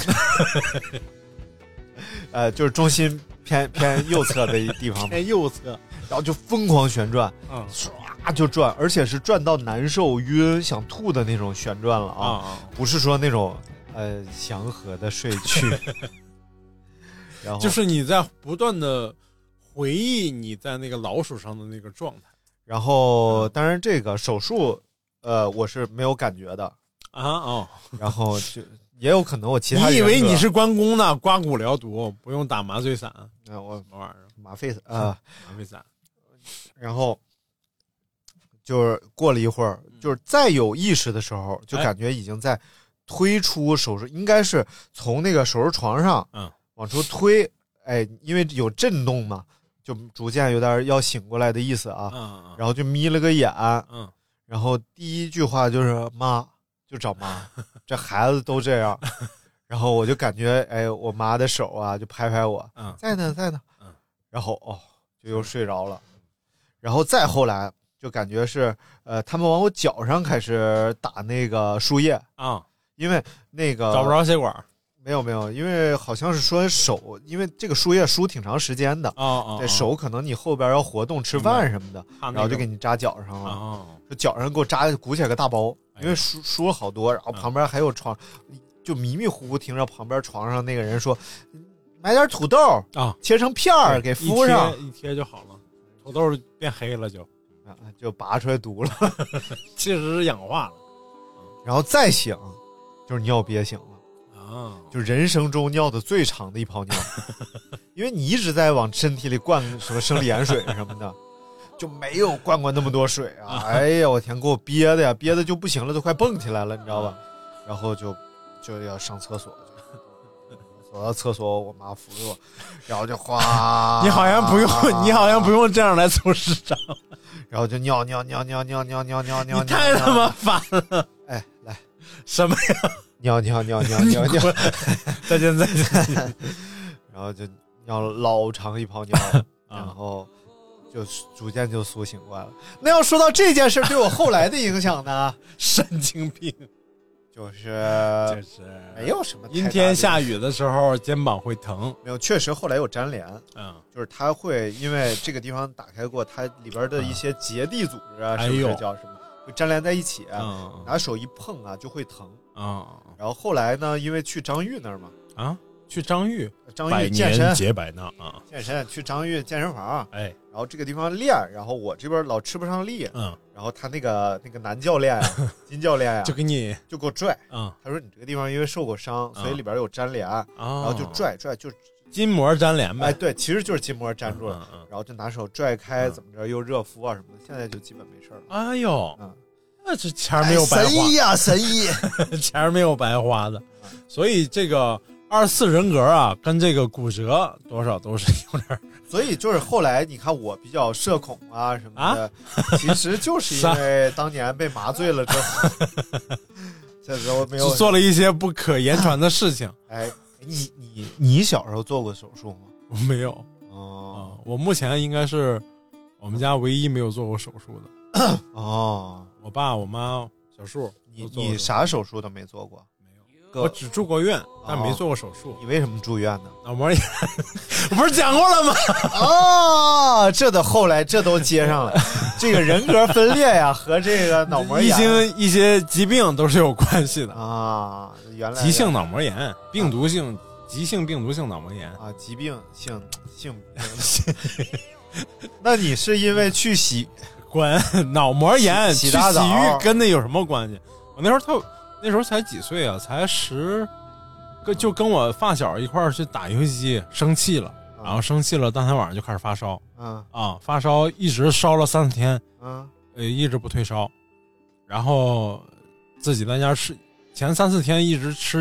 呃，就是中心偏偏右侧的地方， 偏右侧， 然后就疯狂旋转， 嗯， 唰就转，而且是转到难受、晕、想吐的那种旋转了啊， 啊不是说那种呃祥和的睡去。然后就是你在不断的回忆你在那个老鼠上的那个状态。 然后，当然这个手术。呃，我是没有感觉的啊哦， 然后就也有可能我其他你以为你是关公呢，刮骨疗毒，不用打麻醉散啊、 呃？我什么玩意儿？ 麻沸散啊， 麻沸散。 然后就是过了一会儿，就是再有意识的时候，就感觉已经在推出手术，应该是从那个手术床上嗯往出推，哎，因为有震动嘛，就逐渐有点要醒过来的意思啊。嗯嗯然后就眯了个眼，嗯。然后第一句话就是妈，就找妈，这孩子都这样。然后我就感觉，哎，我妈的手啊，就拍拍我，嗯，在呢，在呢，嗯。然后哦，就又睡着了。然后再后来就感觉是，呃，他们往我脚上开始打那个输液啊、嗯，因为那个找不着血管。 没有没有，因为好像是说手，因为这个输液输挺长时间的啊啊，对手可能你后边要活动、吃饭什么的，然后就给你扎脚上了。哦，说脚上给我扎鼓起来个大包，因为输输了好多，然后旁边还有床，就迷迷糊糊听着旁边床上那个人说，买点土豆啊，切成片儿给敷上， 一贴, 一贴就好了，土豆变黑了就啊就拔出来毒了， 其实是氧化了， 然后再醒就是尿憋醒了。 啊， 就人生中尿的最长的一泡尿，因为你一直在往身体里灌什么生理盐水什么的，就没有灌过那么多水啊！哎呀，我天，给我憋的呀，憋的就不行了，都快蹦起来了，你知道吧？然后就就要上厕所，走到厕所，我妈扶着我，然后就哗， 你好像不用，你好像不用这样来凑市长， 然后就尿尿尿尿尿尿尿尿尿， 你太他妈烦了！ 哎，来， 什么呀？ 尿尿尿尿尿尿， 再见再见， 然后就尿了老长一泡尿，然后就逐渐就苏醒过来了。那要说到这件事对我后来的影响呢？ 神经病， 就是就是没有什么。 阴天下雨的时候肩膀会疼， 没有，确实后来有粘连，嗯，就是它会因为这个地方打开过，它里边的一些结缔组织啊，是不是叫什么？会粘连在一起，嗯、拿手一碰啊就会疼啊、嗯。然后后来呢，因为去张玉那儿嘛， 啊，去张玉， 张玉健身洁白呢啊， 健身去张玉健身房， 哎， 然后这个地方练，然后我这边老吃不上力，嗯，然后他那个那个男教练啊，金教练啊， 就给你就给我拽，嗯，他说你这个地方因为受过伤，所以里边有粘连，啊、然后就拽拽就。 筋膜粘连呗， 哎，对，其实就是筋膜粘住了，嗯嗯嗯、然后就拿手拽开，嗯、怎么着又热敷啊什么的，现在就基本没事了。 哎呦，嗯，那这钱没有白花， 神医呀、啊，神医， 钱没有白花的，所以这个二十四人格啊，跟这个骨折多少都是有点。 所以就是后来你看我比较社恐啊什么的，啊、其实就是因为当年被麻醉了之后，这时候没有做了一些不可言传的事情， 哎。你你你小时候做过手术吗？ 我没有哦、呃，我目前应该是我们家唯一没有做过手术的哦。 我爸、我妈、小树， 你你啥手术都没做过？ 没有，我只住过院，但没做过手术。 哦、你为什么住院呢？ 脑膜炎，我不是讲过了吗？ 哦，这的后来这都接上了，这个人格分裂呀和这个脑膜炎、 一些一些疾病都是有关系的啊。原来急性脑膜炎、病毒性、啊、急性病毒性脑膜炎啊，疾病性性病。那你是因为去洗滚脑膜炎洗大澡去洗浴跟那有什么关系？我那时候特那时候才几岁啊，才十，就跟我发小一块儿去打游戏机，生气了，啊、然后生气了，当天晚上就开始发烧，啊啊，发烧一直烧了三四天，啊，呃，一直不退烧，然后自己在家吃。前三四天一直吃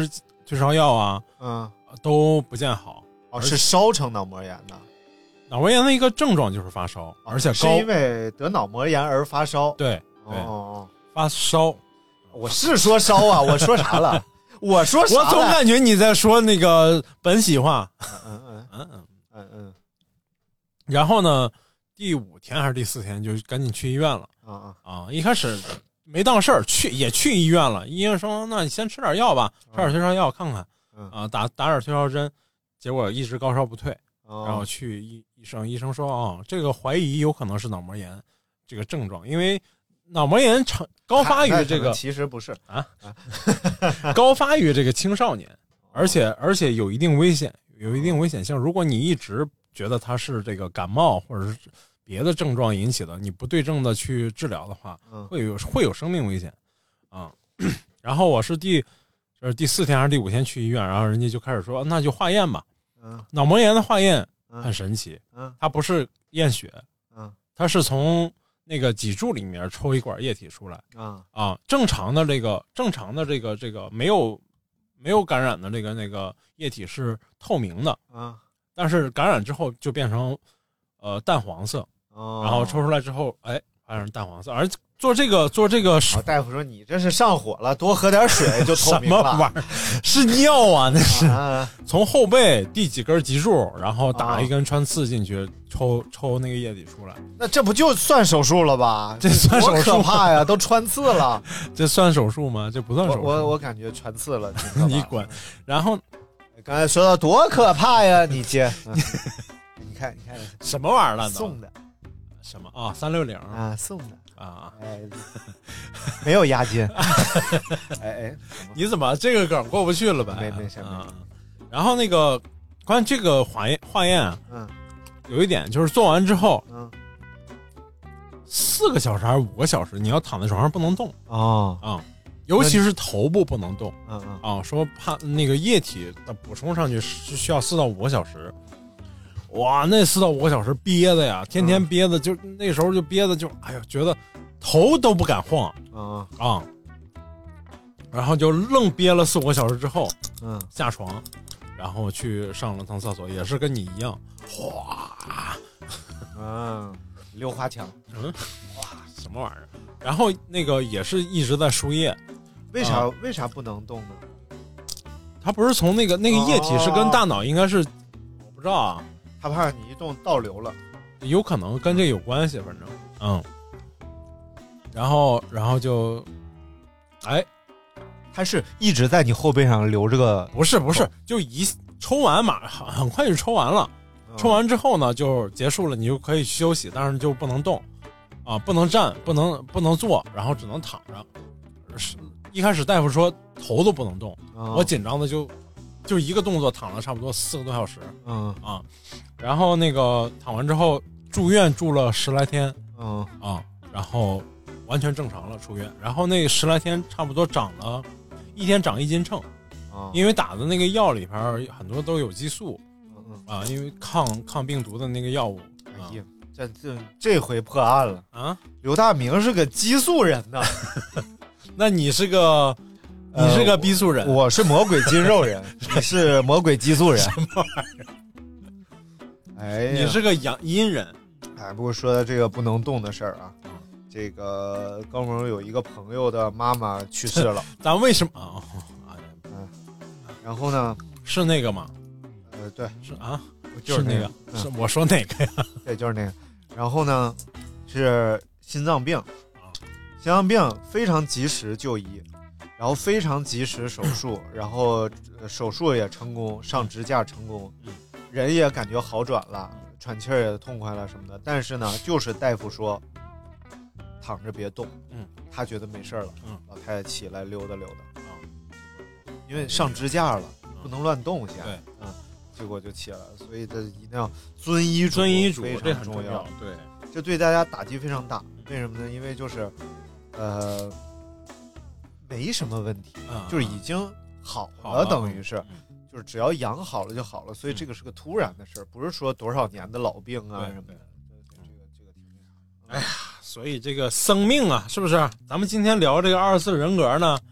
退烧药啊， 嗯， 都不见好。 哦，是烧成脑膜炎的。 脑膜炎的一个症状就是发烧，而且高， 是因为得脑膜炎而发烧。 对对、 哦， 发烧。 我是说烧啊，我说啥了？我说啥了？ 我总感觉你在说那个本喜话。 嗯嗯嗯嗯嗯嗯。 然后呢，第五天还是第四天就赶紧去医院了。 啊啊！一开始没当事儿，去也去医院了。医生说：“那你先吃点药吧，吃点退烧药看看。 嗯” 啊，打打点退烧针，结果一直高烧不退。 哦、 然后去医医生，医生说：“哦，这个怀疑有可能是脑膜炎这个症状，因为脑膜炎常高发于这个其实不是啊，高发于这个青少年，而且而且有一定危险，有一定危险性。如果你一直觉得它是这个感冒或者是别的症状引起的，你不对症的去治疗的话，会有会有生命危险啊。然后我是第就是第四天还是第五天去医院，然后人家就开始说，那就化验吧。 嗯， 脑膜炎的化验很神奇， 嗯， 它不是验血， 嗯， 它是从那个脊柱里面抽一管液体出来， 啊啊，正常的这个正常的这个这个没有没有感染的这个那个液体是透明的， 啊， 但是感染之后就变成呃淡黄色， 哦， 然后抽出来之后，哎，发现是淡黄色，而做这个做这个， 哦、大夫说你这是上火了，多喝点水就透明了。 什么玩意儿？是尿啊，那是、 啊、 从后背第几根脊柱，然后打一根穿刺进去，啊、抽抽那个液体出来。 那这不就算手术了吧？ 这算手术？ 多可怕呀！都穿刺了， 这算手术吗？这不算手术。 我我, 我感觉穿刺了。 你滚！然后刚才说到多可怕呀，你接。嗯、你看，你看什么玩意儿了？ 送的。 什么啊？三六零啊，送的。 啊， 哎，没有押金。哎哎， 你怎么这个梗过不去了呗？ 没没事啊。然后那个关于这个化验化验啊， 嗯， 有一点就是做完之后， 嗯， 四个小时还是五个小时，你要躺在床上不能动啊啊、 嗯，尤其是头部不能动。 嗯嗯啊，说怕那个液体的补充上去是需要四到五个小时。哇，那四到五个小时憋的呀，天天憋的，就那时候就憋的就，哎呀，觉得头都不敢晃啊啊，然后就愣憋了四五个小时之后， 嗯， 下床，然后去上了趟厕所，也是跟你一样，哗， 嗯，溜花墙， 嗯，哇，什么玩意儿？然后那个也是一直在输液， 为啥、 啊、 为啥不能动呢？ 它不是从那个那个液体是跟大脑应该是，哦、我不知道啊。 他怕你一动倒流了， 有可能跟这有关系，反正嗯，然后然后就，哎， 他是一直在你后背上留这个， 不是不是，就一抽完马很快就抽完了，嗯、抽完之后呢就结束了，你就可以休息，但是就不能动，啊，不能站，不能不能坐，然后只能躺着。是一开始大夫说头都不能动， 嗯、 我紧张的就。就一个动作躺了差不多四个多小时， 嗯啊，然后那个躺完之后住院住了十来天， 嗯啊，然后完全正常了出院，然后那十来天差不多长了一天长一斤秤， 啊， 因为打的那个药里边很多都有激素， 嗯啊，因为抗抗病毒的那个药物。 哎呀，这这这回破案了啊！ 刘大明是个激素人呐， 那你是个？你是个逼素人、 呃，我是魔鬼筋肉人，你是魔鬼激素人， 什么玩意儿？ 哎呀， 你是个阳阴人。 哎，不过说到这个不能动的事儿啊，这个高萌有一个朋友的妈妈去世了， 咱为什么啊？ 嗯，然后呢？ 是那个吗？ 呃，对， 是啊， 就是那个， 嗯、 是我说哪个呀？ 对，就是那个。然后呢，是心脏病，心脏病非常及时就医。然后非常及时手术，然后手术也成功，上支架成功，人也感觉好转了，喘气儿也痛快了什么的。但是呢，就是大夫说躺着别动， 嗯， 他觉得没事了， 嗯， 老太太起来溜达溜达，啊，因为上支架了，不能乱动现在， 对， 嗯，结果就起来了。所以这一定要遵医嘱， 遵医嘱非常重要， 对， 这对大家打击非常大。为什么呢？因为就是，呃。没什么问题， 嗯、 就是已经好了， 好了等于是， 嗯、 就是只要养好了就好了。所以这个是个突然的事儿，不是说多少年的老病啊什么的。这个这个挺哎呀，所以这个生命啊，是不是？咱们今天聊这个二十四人格呢，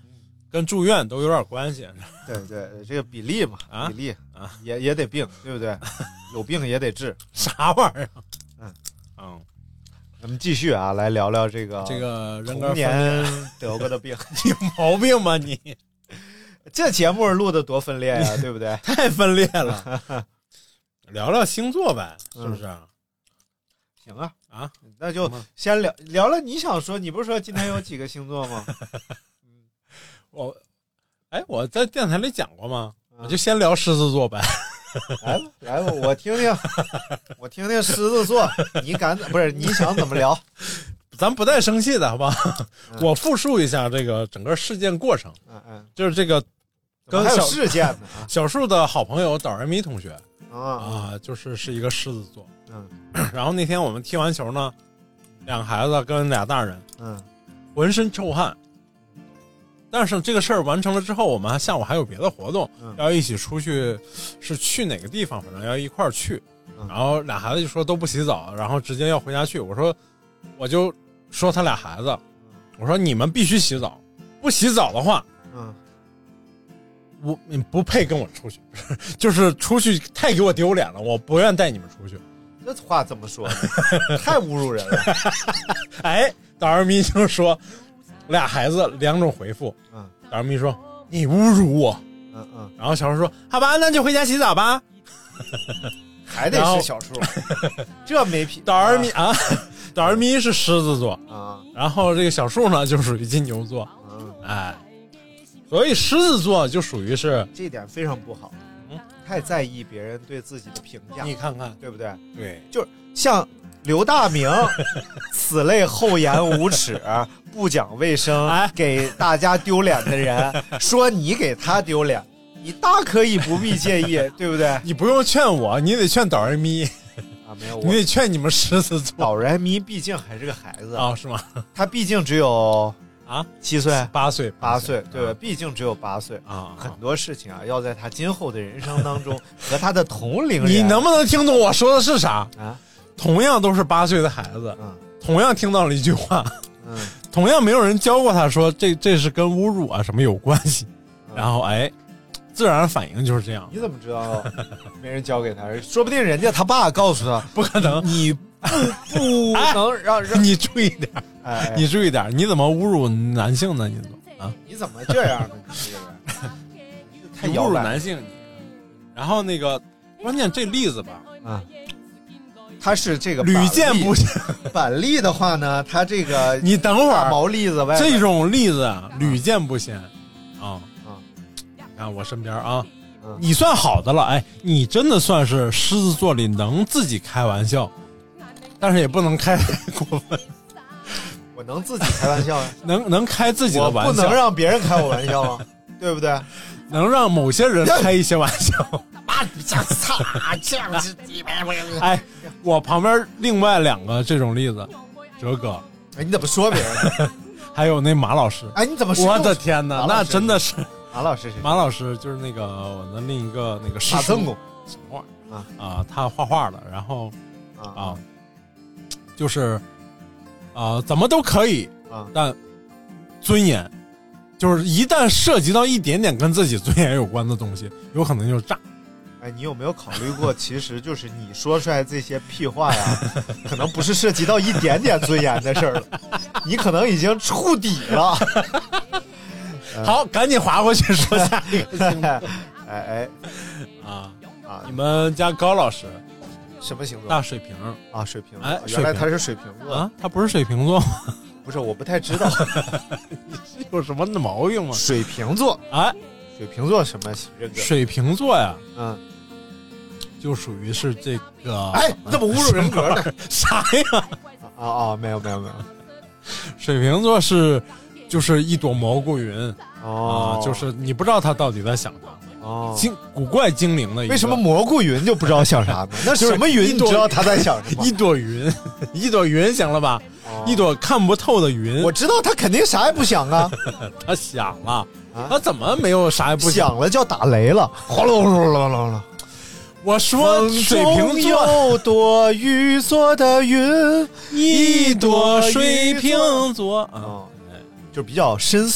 跟住院都有点关系。 对对，这个比例嘛， 啊、 比例啊， 也也得病，对不对？有病也得治， 啥玩意儿？ 嗯嗯， 咱们继续啊，来聊聊这个这个人格童年得过的病， 你有毛病吗你？ 这节目录的多分裂呀、啊，对不对？ 太分裂了。聊聊星座呗，是不是？嗯、 行啊啊， 那就先聊聊了。你想说，你不是说今天有几个星座吗？ 我，哎，我在电台里讲过吗？我就先聊狮子座呗。 来吧，来吧，我听听，我听听狮子座，你敢不是？你想怎么聊？ 咱不带生气的好不好？嗯、我复述一下这个整个事件过程。 嗯嗯， 就是这个跟还有事件呢。 小树的好朋友岛人咪同学啊啊，就是是一个狮子座。 嗯， 然后那天我们踢完球呢，两个孩子跟俩大人， 嗯， 浑身臭汗。但是这个事儿完成了之后，我们下午还有别的活动， 嗯、 要一起出去，是去哪个地方？反正要一块儿去。 嗯、 然后俩孩子就说都不洗澡，然后直接要回家去。我说，我就说他俩孩子，我说你们必须洗澡，不洗澡的话， 嗯， 我你不配跟我出去，就是出去太给我丢脸了，我不愿带你们出去。 这话怎么说呢？太侮辱人了。 哎，岛儿咪就说。俩孩子两种回复， 嗯， 岛儿咪说你侮辱我， 嗯嗯， 然后小树说好吧，那就回家洗澡吧， 还得是小树，这没品。 岛儿咪啊，岛儿咪是狮子座啊， 然后这个小树呢就属于金牛座， 嗯， 哎，所以狮子座就属于是这点非常不好，嗯，太在意别人对自己的评价， 你看看对不对？ 对， 就是像刘大明此类厚颜无耻不讲卫生、哎、给大家丢脸的人说你给他丢脸，你大可以不必介意，对不对？ 你不用劝我，你得劝岛人咪啊，没有， 你得劝你们狮子座。 岛人咪毕竟还是个孩子啊、哦，是吗？ 他毕竟只有啊七岁、 八岁、 八岁，对吧？啊、毕竟只有八岁啊， 很多事情啊，要在他今后的人生当中和他的同龄人， 你能不能听懂我说的是啥啊？ 同样都是八岁的孩子， 嗯， 同样听到了一句话， 嗯， 同样没有人教过他说这这是跟侮辱啊什么有关系，嗯、然后哎，自然反应就是这样。 你怎么知道没人教给他？说不定人家他爸告诉他， 不可能， 你不不能让、哎、 你注意点， 哎， 你注意点，你怎么侮辱男性呢？你怎么啊？ 你怎么这样呢？你这个太侮辱男性，然后那个关键这例子吧， 啊。它是这个屡见不鲜， 板栗的话呢，它这个你等会儿毛栗子外这种例子啊，屡见不鲜啊啊！ 你看我身边啊， 嗯、 你算好的了，哎，你真的算是狮子座里能自己开玩笑，但是也不能开过分。 我能自己开玩笑呀、啊， 能能开自己的玩笑， 我不能让别人开我玩笑啊，对不对？ 能让某些人开一些玩笑。 啊，这样操，这样子， 哎，我旁边另外两个这种例子，哲哥， 哎，你怎么说别人？ 还有那马老师， 哎，你怎么说？ 我的天哪，那真的是马老师是马老师，就是那个我的另一个那个师马曾公什么玩意儿啊啊，他画画的，然后啊啊，就是啊怎么都可以啊， 但尊严。就是一旦涉及到一点点跟自己尊严有关的东西，有可能就炸。 哎，你有没有考虑过，其实就是你说出来这些屁话呀，可能不是涉及到一点点尊严的事儿了，你可能已经触底了。 好，赶紧划过去说下一个。 哎哎啊啊！ 你们家高老师什么星座？ 大水瓶啊，水瓶。 哎， 原来他是水瓶座啊，他不是水瓶座吗？ 不是，我不太知道。 你是有什么毛病吗？ 水瓶座， 哎， 水瓶座什么人格？ 水瓶座呀， 嗯， 就属于是这个。 哎，你怎么侮辱人格呢？ 啥呀？ 啊啊，没有没有没有。 水瓶座是就是一朵蘑菇云哦、 啊，就是你不知道他到底在想啥。 哦， 精古怪精灵的一个， 为什么蘑菇云就不知道想啥呢？那什么云你知道他在想什么？ 一朵云，一朵云行了吧？哦、一朵看不透的云。 我知道他肯定啥也不想啊， 他想了，啊、他怎么没有啥也不想？想了叫打雷了，哗啦啦啦啦啦！ 我说水瓶座有朵雨做的云， 一朵水瓶座啊、 哦，就比较深邃。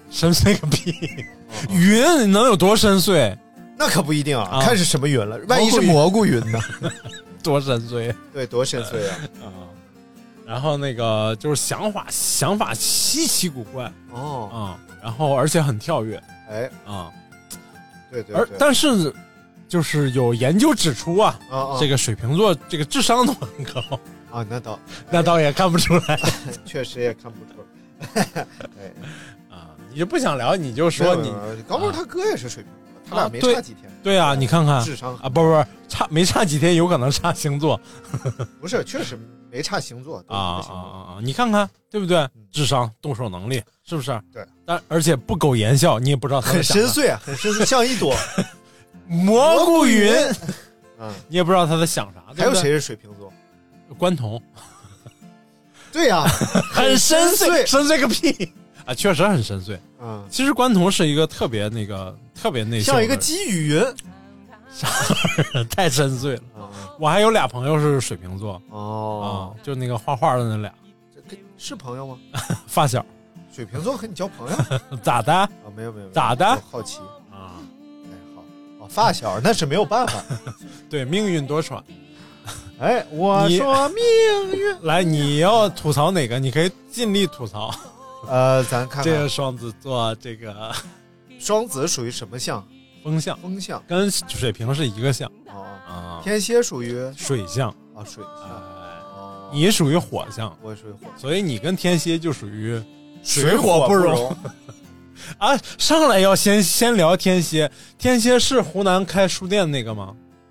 深邃个屁！云能有多深邃？ 那可不一定啊， 啊看是什么云了。万一是蘑菇云呢？ 多深邃？ 对，多深邃啊！ 啊，然后那个就是想法想法稀奇古怪哦啊，然后而且很跳跃， 哎啊， 对对对。 而但是就是有研究指出啊， 啊啊这个水瓶座这个智商都很高啊，那倒那倒也看不出来， 确实也看不出来。哎啊，你就不想聊，你就说你高博他哥也是水瓶座，他俩没差几天。 对啊，你看看智商啊，不不不，差没差几天，有可能差星座。 不是，确实没差星座啊啊啊啊！你看看对不对？智商、动手能力是不是？ 对， 但而且不苟言笑，你也不知道他很深邃啊，很深邃，像一朵蘑菇云。 嗯， 你也不知道他在想啥。 还有谁是水瓶座？ 关彤。 对呀、啊， 很深邃，深邃个屁啊！确实很深邃。 嗯， 其实关彤是一个特别那个特别内向， 像一个积雨云， 太深邃了。嗯、我还有俩朋友是水瓶座哦、 啊，就那个画画的那俩， 这是朋友吗？ 发小。 水瓶座和你交朋友？ 咋的？ 啊，没有没有， 咋的？ 好奇啊。 哎，好哦，发小那是没有办法。 对，命运多舛。 哎，我说命运。 来，你要吐槽哪个？你可以尽力吐槽。 呃，咱看看这个双子座，这个双子属于什么象？ 风象。 风象跟水瓶是一个象。 哦啊。 天蝎属于水象啊，水象。 哦。你属于火象， 我属于火， 所以你跟天蝎就属于水火不容。 啊，上来要先先聊天蝎。天蝎是湖南开书店那个吗？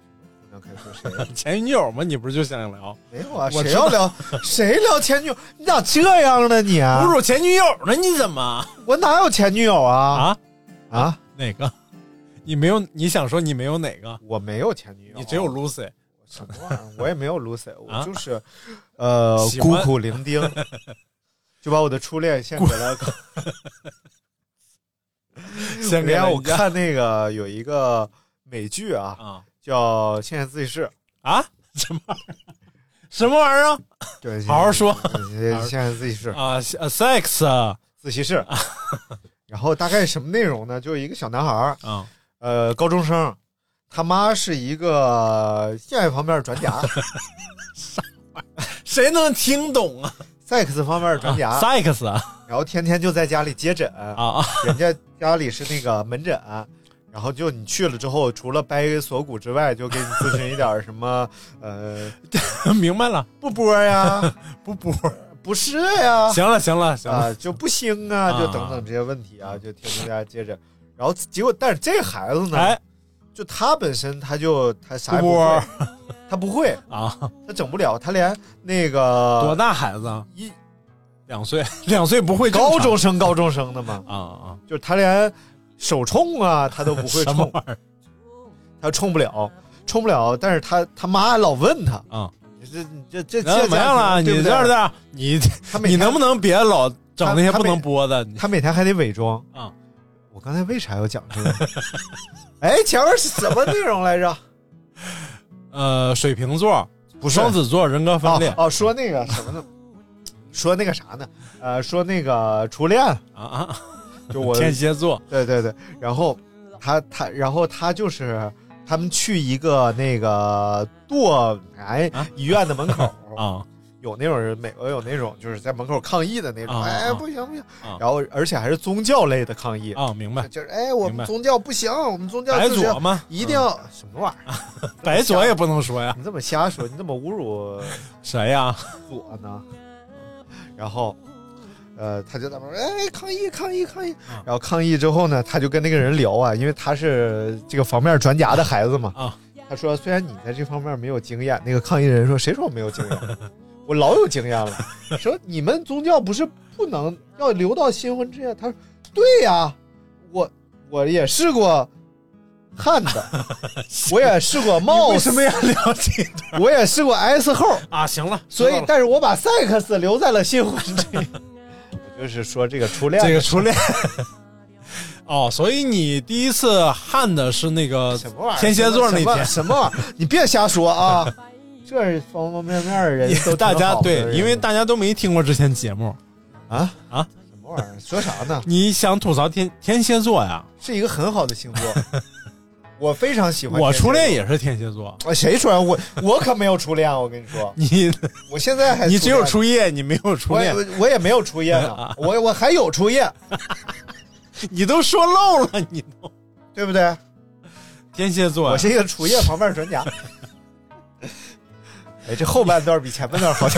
前女友吗？你不是就想聊？ 没有啊，谁要聊？谁聊前女友？你咋这样呢你啊？ 侮辱前女友呢？你怎么？ 我哪有前女友啊？ 啊啊？ 哪个？你没有？你想说你没有哪个？ 我没有前女友， 你只有 Lucy。 什么玩意儿？我也没有 Lucy， 我就是、啊、呃孤苦伶仃，就把我的初恋献给了。 献给了我看那个有一个美剧啊。啊叫现在自习室啊？什么玩意儿？什么玩意儿？ 对， 好好说。 现在自习室啊 ，sex 自习室。然后大概什么内容呢？就一个小男孩啊， 呃，高中生，他妈是一个性爱方面专家。 谁能听懂啊 ？sex 方面专家。 啊 sex 啊。然后天天就在家里接诊啊， 人家家里是那个门诊。然后就你去了之后，除了掰锁骨之外，就给你咨询一点什么，呃， 明白了， 不播呀， 不播， 不是呀， 行了行了行了， 啊、就不兴啊，就等等这些问题啊，就天天在家接着，然后结果，但是这孩子呢， 哎， 就他本身他就他啥也不会，他不会啊， 他整不了，他连那个多大孩子啊？一两岁，两岁不会高中生高中生的嘛， 啊啊， 就是他连。手冲啊，他都不会冲，他冲不了，冲不了。但是他他妈老问他啊， 你这你这这怎么样了？你这样的，你你能不能别老整那些不能播的？ 他每天还得伪装啊。 我刚才为啥要讲这个？哎，前面是什么内容来着？ 呃，水瓶座不是双子座人格分裂哦，说那个什么呢？说那个啥呢？呃，说那个初恋啊啊。 就我天蝎座， 对对对，然后他他然后他就是他们去一个那个堕癌医院的门口啊， 有那种人，美国有那种就是在门口抗议的那种， 啊、 哎不行不行、啊，然后而且还是宗教类的抗议啊，明白？ 就是哎我们宗教不行，我们宗教白左吗？ 一定要、嗯、什么玩意儿？ 白左也不能说呀， 你这么瞎说，你怎么侮辱谁呀？ 左呢？然后。呃，他就在那哎抗议抗议抗议、嗯，然后抗议之后呢，他就跟那个人聊啊，因为他是这个方面专家的孩子嘛。 啊， 他说虽然你在这方面没有经验，那个抗议人说谁说我没有经验？我老有经验了。说你们宗教不是不能要留到新婚之夜？他说对呀，我我也试过汉的，我也试过帽子， 为什么要聊这段？ 我也试过 S 后啊，行了， 所以但是我把 sex 留在了新婚之夜。就是说这个初恋， 这个初恋，哦，所以你第一次焊的是那个天蝎座那天， 什么玩意儿？你别瞎说啊！这方方面面的人都大家对，因为大家都没听过之前节目啊啊， 什么玩玩意儿？说啥呢？ 你想吐槽天天蝎座呀？ 是一个很好的星座，我非常喜欢。 我初恋也是天蝎座。 谁初恋？我我可没有初恋，我跟你说。 你我现在还你只有初夜，你没有初恋。 我我也没有初夜呢，我我还有初夜。 你都说漏了，你都对不对？ 天蝎座， 我是一个初夜旁边专家。哎，这后半段比前半段好听。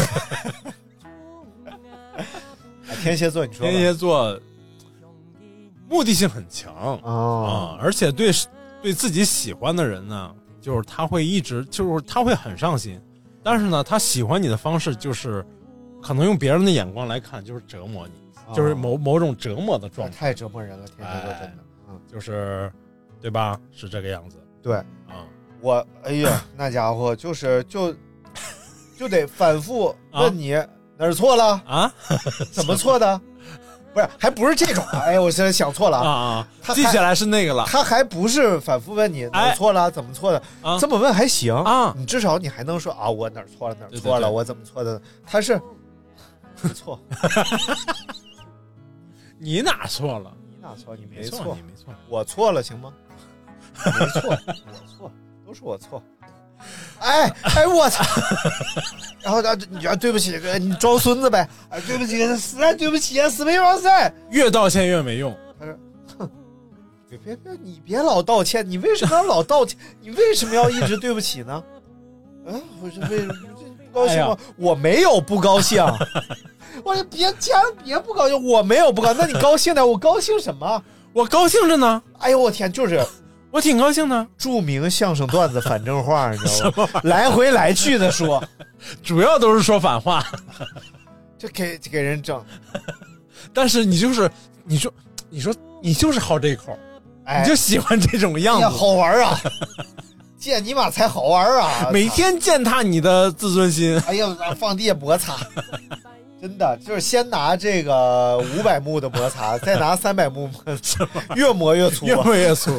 天蝎座，你说天蝎座目的性很强啊、 哦嗯，而且对对自己喜欢的人呢，就是他会一直就是他会很上心，但是呢，他喜欢你的方式就是可能用别人的眼光来看，就是折磨你，哦、就是某某种折磨的状态， 太折磨人了。天蝎座真的， 哎、嗯，就是对吧？是这个样子。 对啊、 嗯， 我哎呀，那家伙就是就就得反复问你。啊哪儿错了啊？ 怎么错的？不是，还不是这种。哎，我现在想错了啊啊！记起来是那个了。 他还不是反复问你哪儿错了、哎，怎么错的？啊、这么问还行啊， 你至少你还能说啊，我哪儿错了，哪儿错了，对对对，我怎么错的？他是没错， 你哪错了？ 你哪错？你没错，你没错， 我错了行吗？没错，我错，都是我错。哎哎，我操！然后他你觉得对不起，你装孙子呗？哎，对不起，实在对不起，死没忘塞。 越道歉越没用。 他说：“哼，别别别，你别老道歉，你为什么要老道歉？你为什么要一直对不起呢？嗯，我是为什么不高兴吗？哎、我没有不高兴。我说别千万别不高兴，我没有不高兴。那你高兴的，我高兴什么？ 我高兴着呢。 哎呦我天，就是。” 我挺高兴的， 著名相声段子反正话，你知道吗？来回来去的说， 主要都是说反话， 这给给人整。 但是你就是你说你说你就是好这一口，哎、你就喜欢这种样子， 哎、好玩啊！见你妈才好玩啊！ 每天践踏你的自尊心。 哎呀，放地下摩擦。真的就是先拿这个五百目的摩擦，再拿三百目摩擦，越磨越粗， 越磨越粗。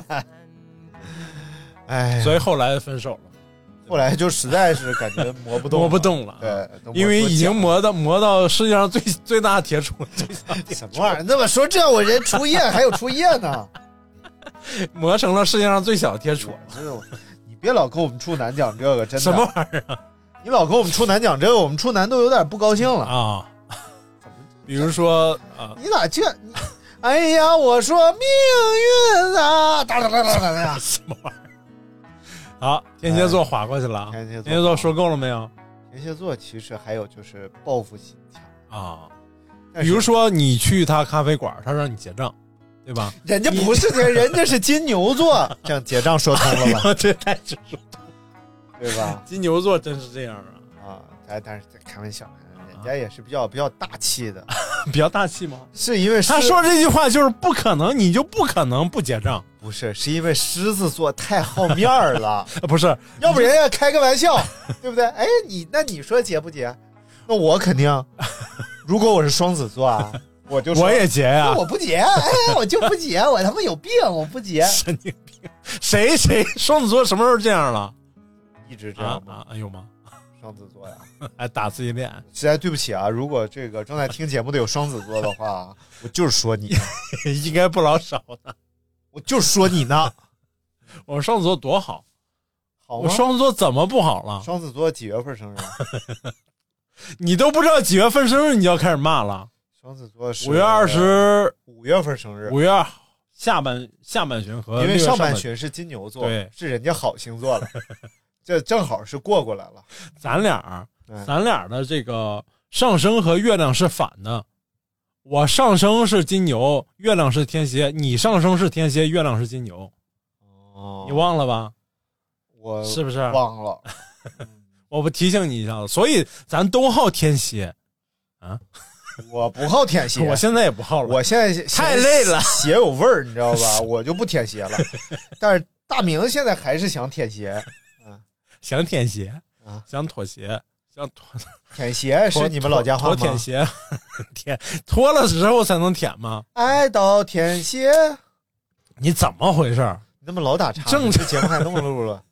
哎， 所以后来分手了。 后来就实在是感觉磨不动， 磨不动了。 对， 因为已经磨到磨到世界上最最大铁杵。 什么玩意儿？那么说这我人初夜还有初夜呢， 磨成了世界上最小的铁杵。 你别老跟我们处男讲这个，真的。 什么玩意儿啊？ 你老跟我们处男讲这个，我们处男都有点不高兴了啊。比如说啊， 你咋这？哎呀，我说命运啊，哒哒哒哒哒呀， 什么玩意儿？好，天蝎座划过去了。 天蝎座， 天蝎座说够了没有？ 天蝎座其实还有就是报复心强啊。比如说你去他咖啡馆，他让你结账，对吧？ 人家不是天，人家是金牛座，这样结账说通了吧？ 这太直说。 对吧？ 金牛座真是这样啊！ 啊，但但是开玩笑，人家也是比较比较大气的， 比较大气吗？ 是因为他说这句话就是不可能，你就不可能不结账。 不是，是因为狮子座太好面儿了， 不是， 要不人家开个玩笑，对不对？哎，你那你说结不结？那我肯定，如果我是双子座啊，我就说我也结呀、啊， 我不结，哎，我就不结，我他妈有病，我不结， 神经病！谁谁双子座什么时候这样了？ 一直这样吗？啊，有吗？ 双子座呀， 还打自己脸， 实在对不起啊！如果这个正在听节目的有双子座的话，我就是说你， 应该不老少呢。 我就是说你呢。 我双子座多好， 好吗？ 我双子座怎么不好了？ 双子座几月份生日？ 你都不知道几月份生日，你就要开始骂了。 双子座是五月二十五月份生日， 五月下半下半旬和因为上半旬是金牛座， 对， 是人家好星座了。这正好是过过来了， 咱俩，咱俩的这个上升和月亮是反的。我上升是金牛，月亮是天蝎；你上升是天蝎，月亮是金牛。哦，你忘了吧？ 我是不是忘了？ 我不提醒你一下子，所以咱都好天蝎啊。 我不好天蝎， 我现在也不好了。 我现在太累了， 血有味儿，你知道吧？我就不天蝎了。但是大明现在还是想天蝎。 想舔鞋啊，想妥协，想妥舔鞋是你们老家话吗？ 脱舔鞋，舔脱了之后才能舔吗？ 爱到舔鞋， 你怎么回事？ 你那么老打岔， 正这节目还那么录了？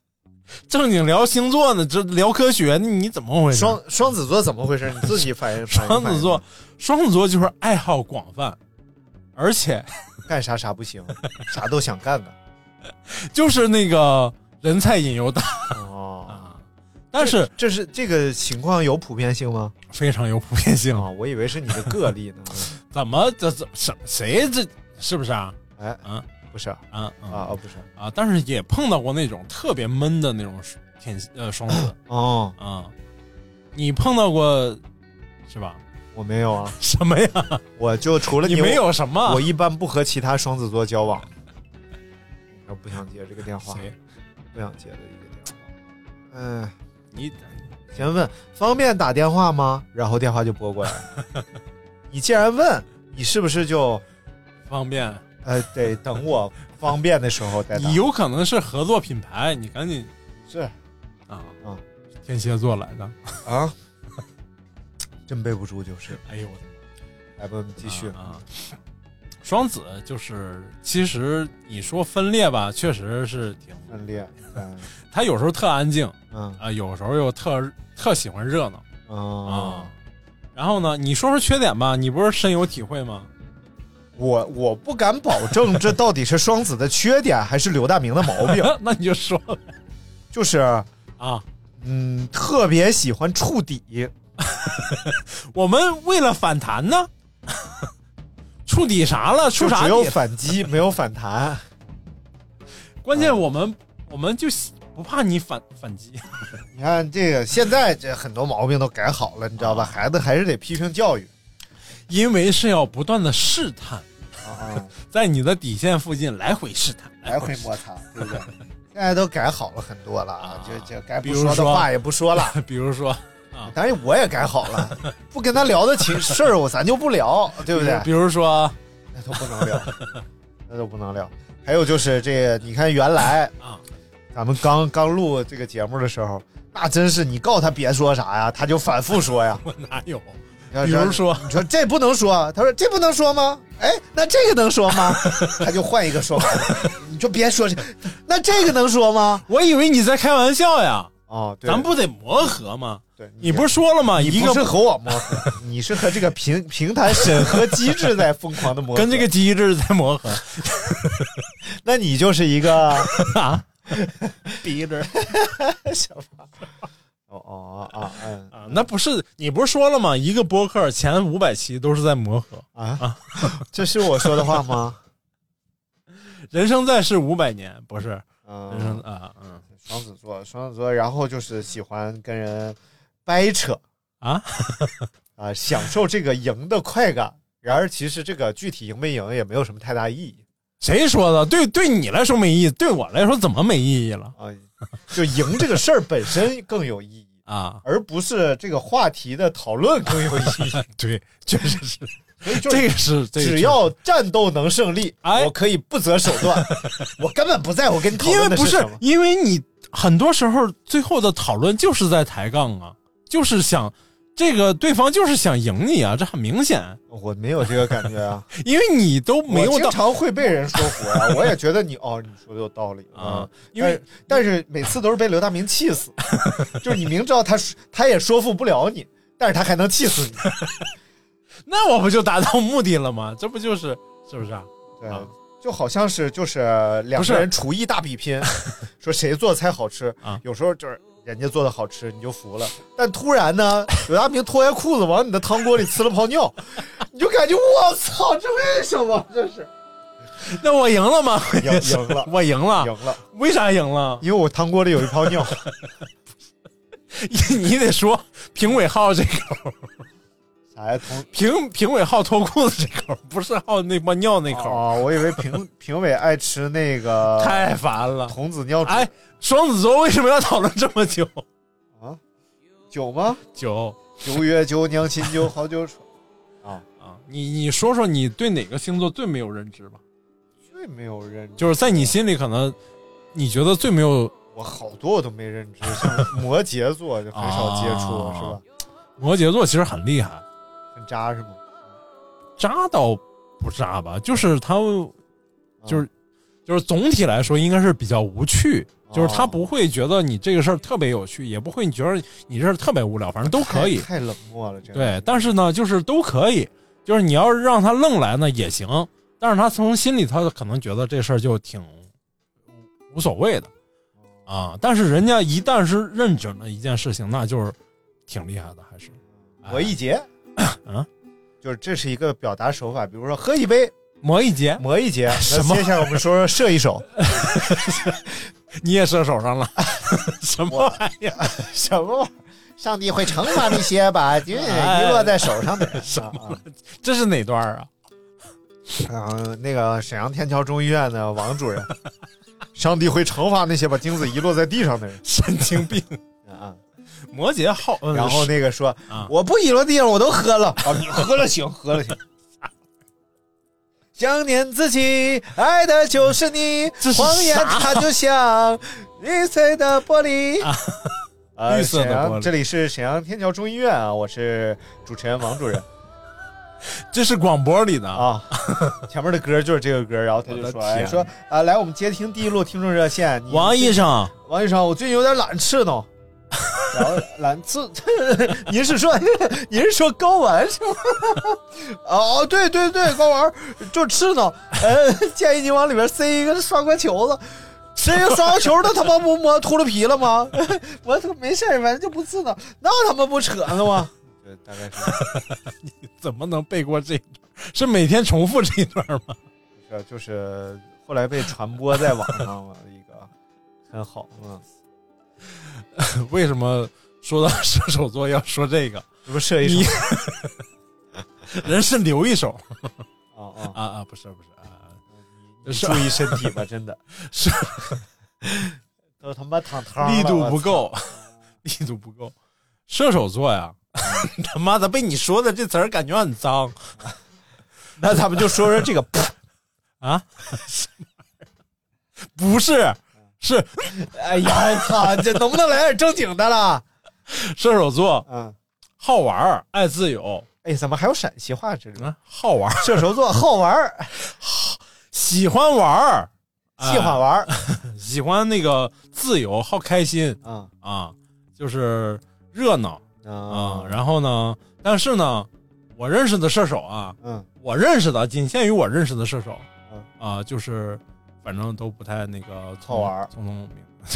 正经聊星座呢，这聊科学，你怎么回事？ 双双子座怎么回事？你自己反应。 双子座，双子座就是爱好广泛，而且干啥啥不行，啥都想干的， 就是那个人菜瘾又大哦。 啊，但是这是这个情况有普遍性吗？ 非常有普遍性啊、哦，我以为是你的个例呢。 怎么这这谁谁这是不是啊？ 哎， 嗯。 不是啊啊啊不是啊，但是也碰到过那种特别闷的那种天呃双子哦啊，你碰到过是吧？ 我没有啊。 什么呀？ 我就除了你, 你没有什么， 我一般不和其他双子座交往。我不想接这个电话， 谁不想接的一个电话？嗯、呃， 你先问方便打电话吗？然后电话就拨过来了。你既然问，你是不是就方便？ 呃，得等我方便的时候再打。 你有可能是合作品牌，你赶紧是啊啊， 天蝎座来的啊，真背不住就是。 哎呦， 来吧，我们继续啊。双子就是，其实你说分裂吧，确实是挺分裂。嗯， 他有时候特安静， 嗯啊，有时候又特特喜欢热闹， 哦、 啊。然后呢，你说说缺点吧，你不是深有体会吗？ 我我不敢保证这到底是双子的缺点还是刘大明的毛病。 那你就说呗， 就是啊， 嗯，特别喜欢触底。 我们为了反弹呢，触底啥了？触啥底？ 只有反击，没有反弹。 关键我们、啊、我们就不怕你反反击。 你看这个，现在这很多毛病都改好了，你知道吧？啊、孩子还是得批评教育。 因为是要不断的试探啊， 在你的底线附近来回试探， 来回摩擦，对不对？现在都改好了很多了啊，就就该不说的话也不说了。 比如说啊， 当然我也改好了，不跟他聊的情事儿，我咱就不聊，对不对？ 比如说， 那都不能聊，那都不能聊。还有就是这个，你看原来啊，咱们刚刚录这个节目的时候，那真是你告诉他别说啥呀，他就反复说呀。 我哪有？ 比如说， 你说这不能说，他说这不能说吗？哎，那这个能说吗？他就换一个说法，你就别说这，那这个能说吗？ 我以为你在开玩笑呀。 哦，对， 咱不得磨合吗？ 对， 你不是说了吗？ 你不是和我磨合，你是和这个平平台审核机制在疯狂的磨合， 跟这个机制在磨合。 那你就是一个啊，逼着小法。哦哦啊嗯啊，那不是你不是说了吗？一个播客前五百期都是在磨合啊啊，这是我说的话吗？ 人生在世五百年，不是？ 嗯， 人生啊嗯， 双子座，双子座，然后就是喜欢跟人掰扯啊啊，享受这个赢的快感。然而，其实这个具体赢没赢也没有什么太大意义。 谁说的？对，对你来说没意义，对我来说怎么没意义了？ 啊，就赢这个事儿本身更有意义啊， 而不是这个话题的讨论更有意义。 对，确实是。 所以就这个是，这个、 只要战斗能胜利， 哎， 我可以不择手段。我根本不在乎跟你讨论的是什么， 因为不是，因为你很多时候最后的讨论就是在抬杠啊，就是想。这个对方就是想赢你啊，这很明显。 我没有这个感觉啊， 因为你都没有。 我经常会被人说服啊，我也觉得你哦，你说的有道理啊。因为但是每次都是被刘大明气死，就是你明知道他他也说服不了你，但是他还能气死你。 那我不就达到目的了吗？这不就是是不是啊？ 对，啊、就好像是就是两个人厨艺大比拼，说谁做菜好吃啊？有时候就是。人家做的好吃你就服了，但突然呢，刘大明脱下裤子往你的汤锅里呲了泡尿，你就感觉我操，这为什么？这是？ 那我赢了吗？ 赢赢了， 我赢了， 赢了。 为啥赢了？ 因为我汤锅里有一泡尿。 你你得说评委号这口。 啥呀？ 评评委好脱裤子这口，不是好那泡尿那口啊、哦！我以为评评委爱吃那个， 太烦了。 童子尿。 哎，双子座为什么要讨论这么久啊？酒吗？ 酒， 九月酒，娘亲酒，好酒醇。啊啊！你你说说你对哪个星座最没有认知吧？ 最没有认知， 就是在你心里可能你觉得最没有。 我好多我都没认知，像摩羯座就很少接触，啊、是吧？ 摩羯座其实很厉害。 很渣是吗？ 渣倒不渣吧，就是他，就是就是总体来说应该是比较无趣，就是他不会觉得你这个事儿特别有趣，也不会你觉得你这事儿特别无聊，反正都可以。 太, 太冷漠了，这对，但是呢，就是都可以，就是你要是让他愣来呢也行，但是他从心里他可能觉得这事儿就挺无所谓的啊。但是人家一旦是认准了一件事情，那就是挺厉害的，还是磨一节， 嗯， 就是这是一个表达手法，比如说喝一杯。 磨一节， 磨一节。 什么？ 接下来我们说说射一手。 你也射手上了？什么玩意儿？ 什么玩意儿？上帝会惩罚那些把因为遗落在手上的人。 什么？这是哪段啊？ 嗯、呃，那个沈阳天桥中医院的王主任，上帝会惩罚那些把精子遗落在地上的人。 神经病啊！ 摩羯好， 嗯、然后那个说、 啊、 我不遗落地上，我都喝了。哦，你喝了行，喝了行。想念自己，爱的就是你。谎言它就像绿色的玻璃。 啊呃、 绿色的玻璃。 这里是沈阳天桥中医院啊，我是主持人王主任。 这是广播里的啊，前面的歌就是这个歌，然后他就说：“哎，说啊，来，我们接听第一路听众热线。 王医生， 王医生，我最近有点懒刺挠。”然后懒刺，您是说您是说睾丸是吗？哦，对对对，睾丸就刺挠，呃，建议你往里边塞一个刷锅球子，塞一个刷锅球，那他妈不磨秃噜皮了吗？我他没事，反正就不刺挠，那他妈不扯呢吗？对，大概是。 你怎么能背过这一段？是每天重复这一段吗？ 是，就是后来被传播在网上了一个，很好，嗯。 为什么说到射手座要说这个？ 这不射一手， 人是留一手。 哦哦啊啊，不是不是啊， 你注意身体吧，真的是都他妈躺汤了， 力度不够，力度不够。射手座呀，他妈的被你说的这词儿感觉很脏。 那咱们就说说这个啊，不是。是， 哎呀，操！这能不能来点正经的了？ 射手座， 嗯， 好玩，爱自由。 哎，怎么还有陕西话这里？ 啊，好玩。 射手座好玩， 喜欢玩， 喜欢玩， 哎、喜欢那个自由，好开心。 嗯啊，就是热闹啊、 嗯。 然后呢，但是呢，我认识的射手啊， 嗯， 我认识的仅限于我认识的射手， 嗯啊，就是。反正都不太那个好玩， 聪聪明，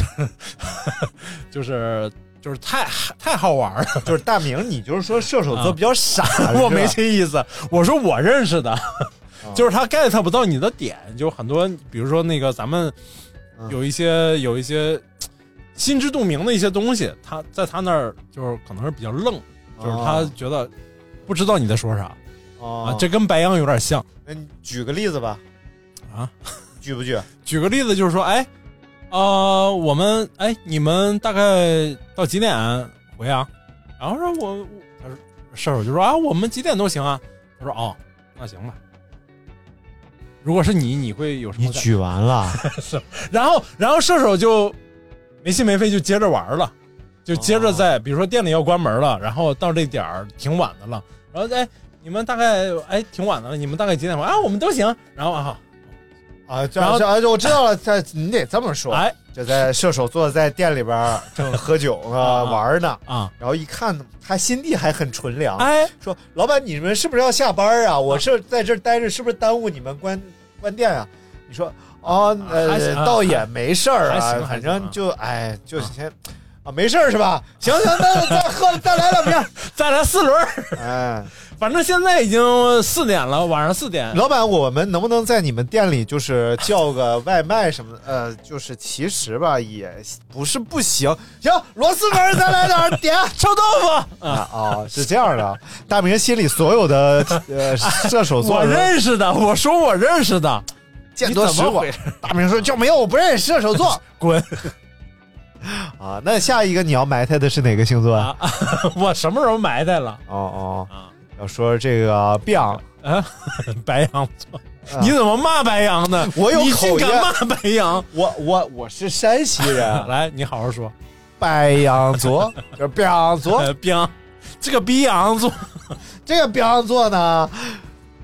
就是就是太太好玩了。 就是大明，你就是说射手座比较傻，啊、 我没这意思。我说我认识的，嗯、就是他 get 不到你的点，就很多，比如说那个咱们有一些、嗯、有一些心知肚明的一些东西，他在他那儿就是可能是比较愣，就是他觉得不知道你在说啥、 哦、 啊，这跟白羊有点像。 那你举个例子吧，啊。举不举？ 举个例子，就是说，哎，呃，我们，哎，你们大概到几点回啊？然后说我，他说射手就说啊，我们几点都行啊。他说哦，那行吧。如果是你，你会有什么？ 你举完了， 是。然后，然后射手就没心没肺就接着玩了，就接着在，哦、比如说店里要关门了，然后到这点儿挺晚的了，然后哎，你们大概哎挺晚的了，你们大概几点回啊？我们都行。然后啊。 啊，然后我知道了，这你得这么说。哎，就在射手座在店里边正喝酒呢、啊、玩呢啊，然后一看他心地还很纯良，哎，说老板你们是不是要下班啊？我是在这待着，是不是耽误你们关关店啊？你说哦，呃，倒也没事儿啊，反正就哎，就先啊, 啊，没事儿是吧？行行，那再喝再来两瓶， 再来四轮， 哎。 反正现在已经四点了，晚上四点。 老板，我们能不能在你们店里就是叫个外卖什么的？呃，就是其实吧，也不是不行。行，螺蛳粉再来点，点臭豆腐啊！哦，是这样的。大明心里所有的呃射手座， 我认识的，我说我认识的， 见多识广。大明说就没有我不认识射手座， 滚！ 啊，那下一个你要埋汰的是哪个星座啊？ 我什么时候埋汰了？ 哦哦啊。要说这个白羊啊，白羊座、啊，你怎么骂白羊呢？ 我有口音， 你竟敢骂白羊？ 我我我是山西人， 来，你好好说。 白羊座就是白羊座， 白羊，这个白羊座， 这个白羊座呢，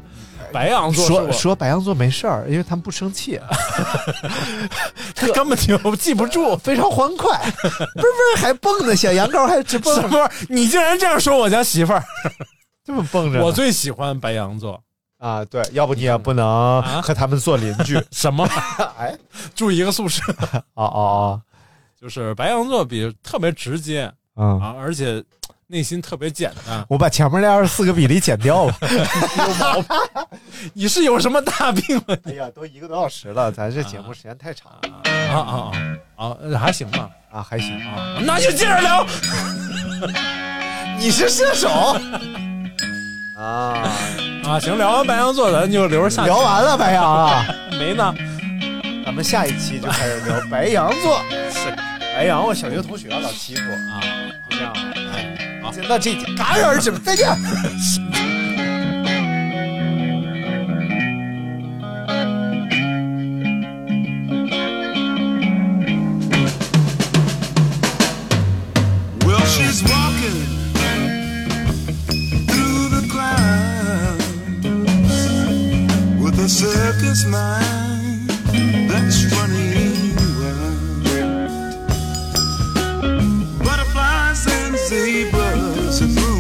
白羊座说说白羊座没事儿，因为他们不生气， 他根本就记不住， 非常欢快，不是不是还蹦呢，小羊羔还直蹦。 什么？你竟然这样说我家媳妇儿， 这么蹦着？ 我最喜欢白羊座啊，对，要不你也不能和他们做邻居。 啊、什么？ 哎， 住一个宿舍。 哦哦哦， 就是白羊座比特别直接， 嗯啊，而且内心特别简单。 我把前面那二十四个比例剪掉了。 有毛病？你是有什么大病吗？ 哎呀，都一个多小时了，咱这节目时间太长了。 啊啊啊啊！还行吧？ 啊，还行啊，那就接着聊。 你是射手啊啊！行，聊完白羊座，咱就留着下期。 聊完了白羊啊？ 没呢。 咱们下一期就开始聊白羊座。 是白羊，我小学同学老欺负啊，这样。 哎，好，那这集戛然而止，再见。 She's walking through the clouds with a circus mind that's running wild. Butterflies and zebras and moon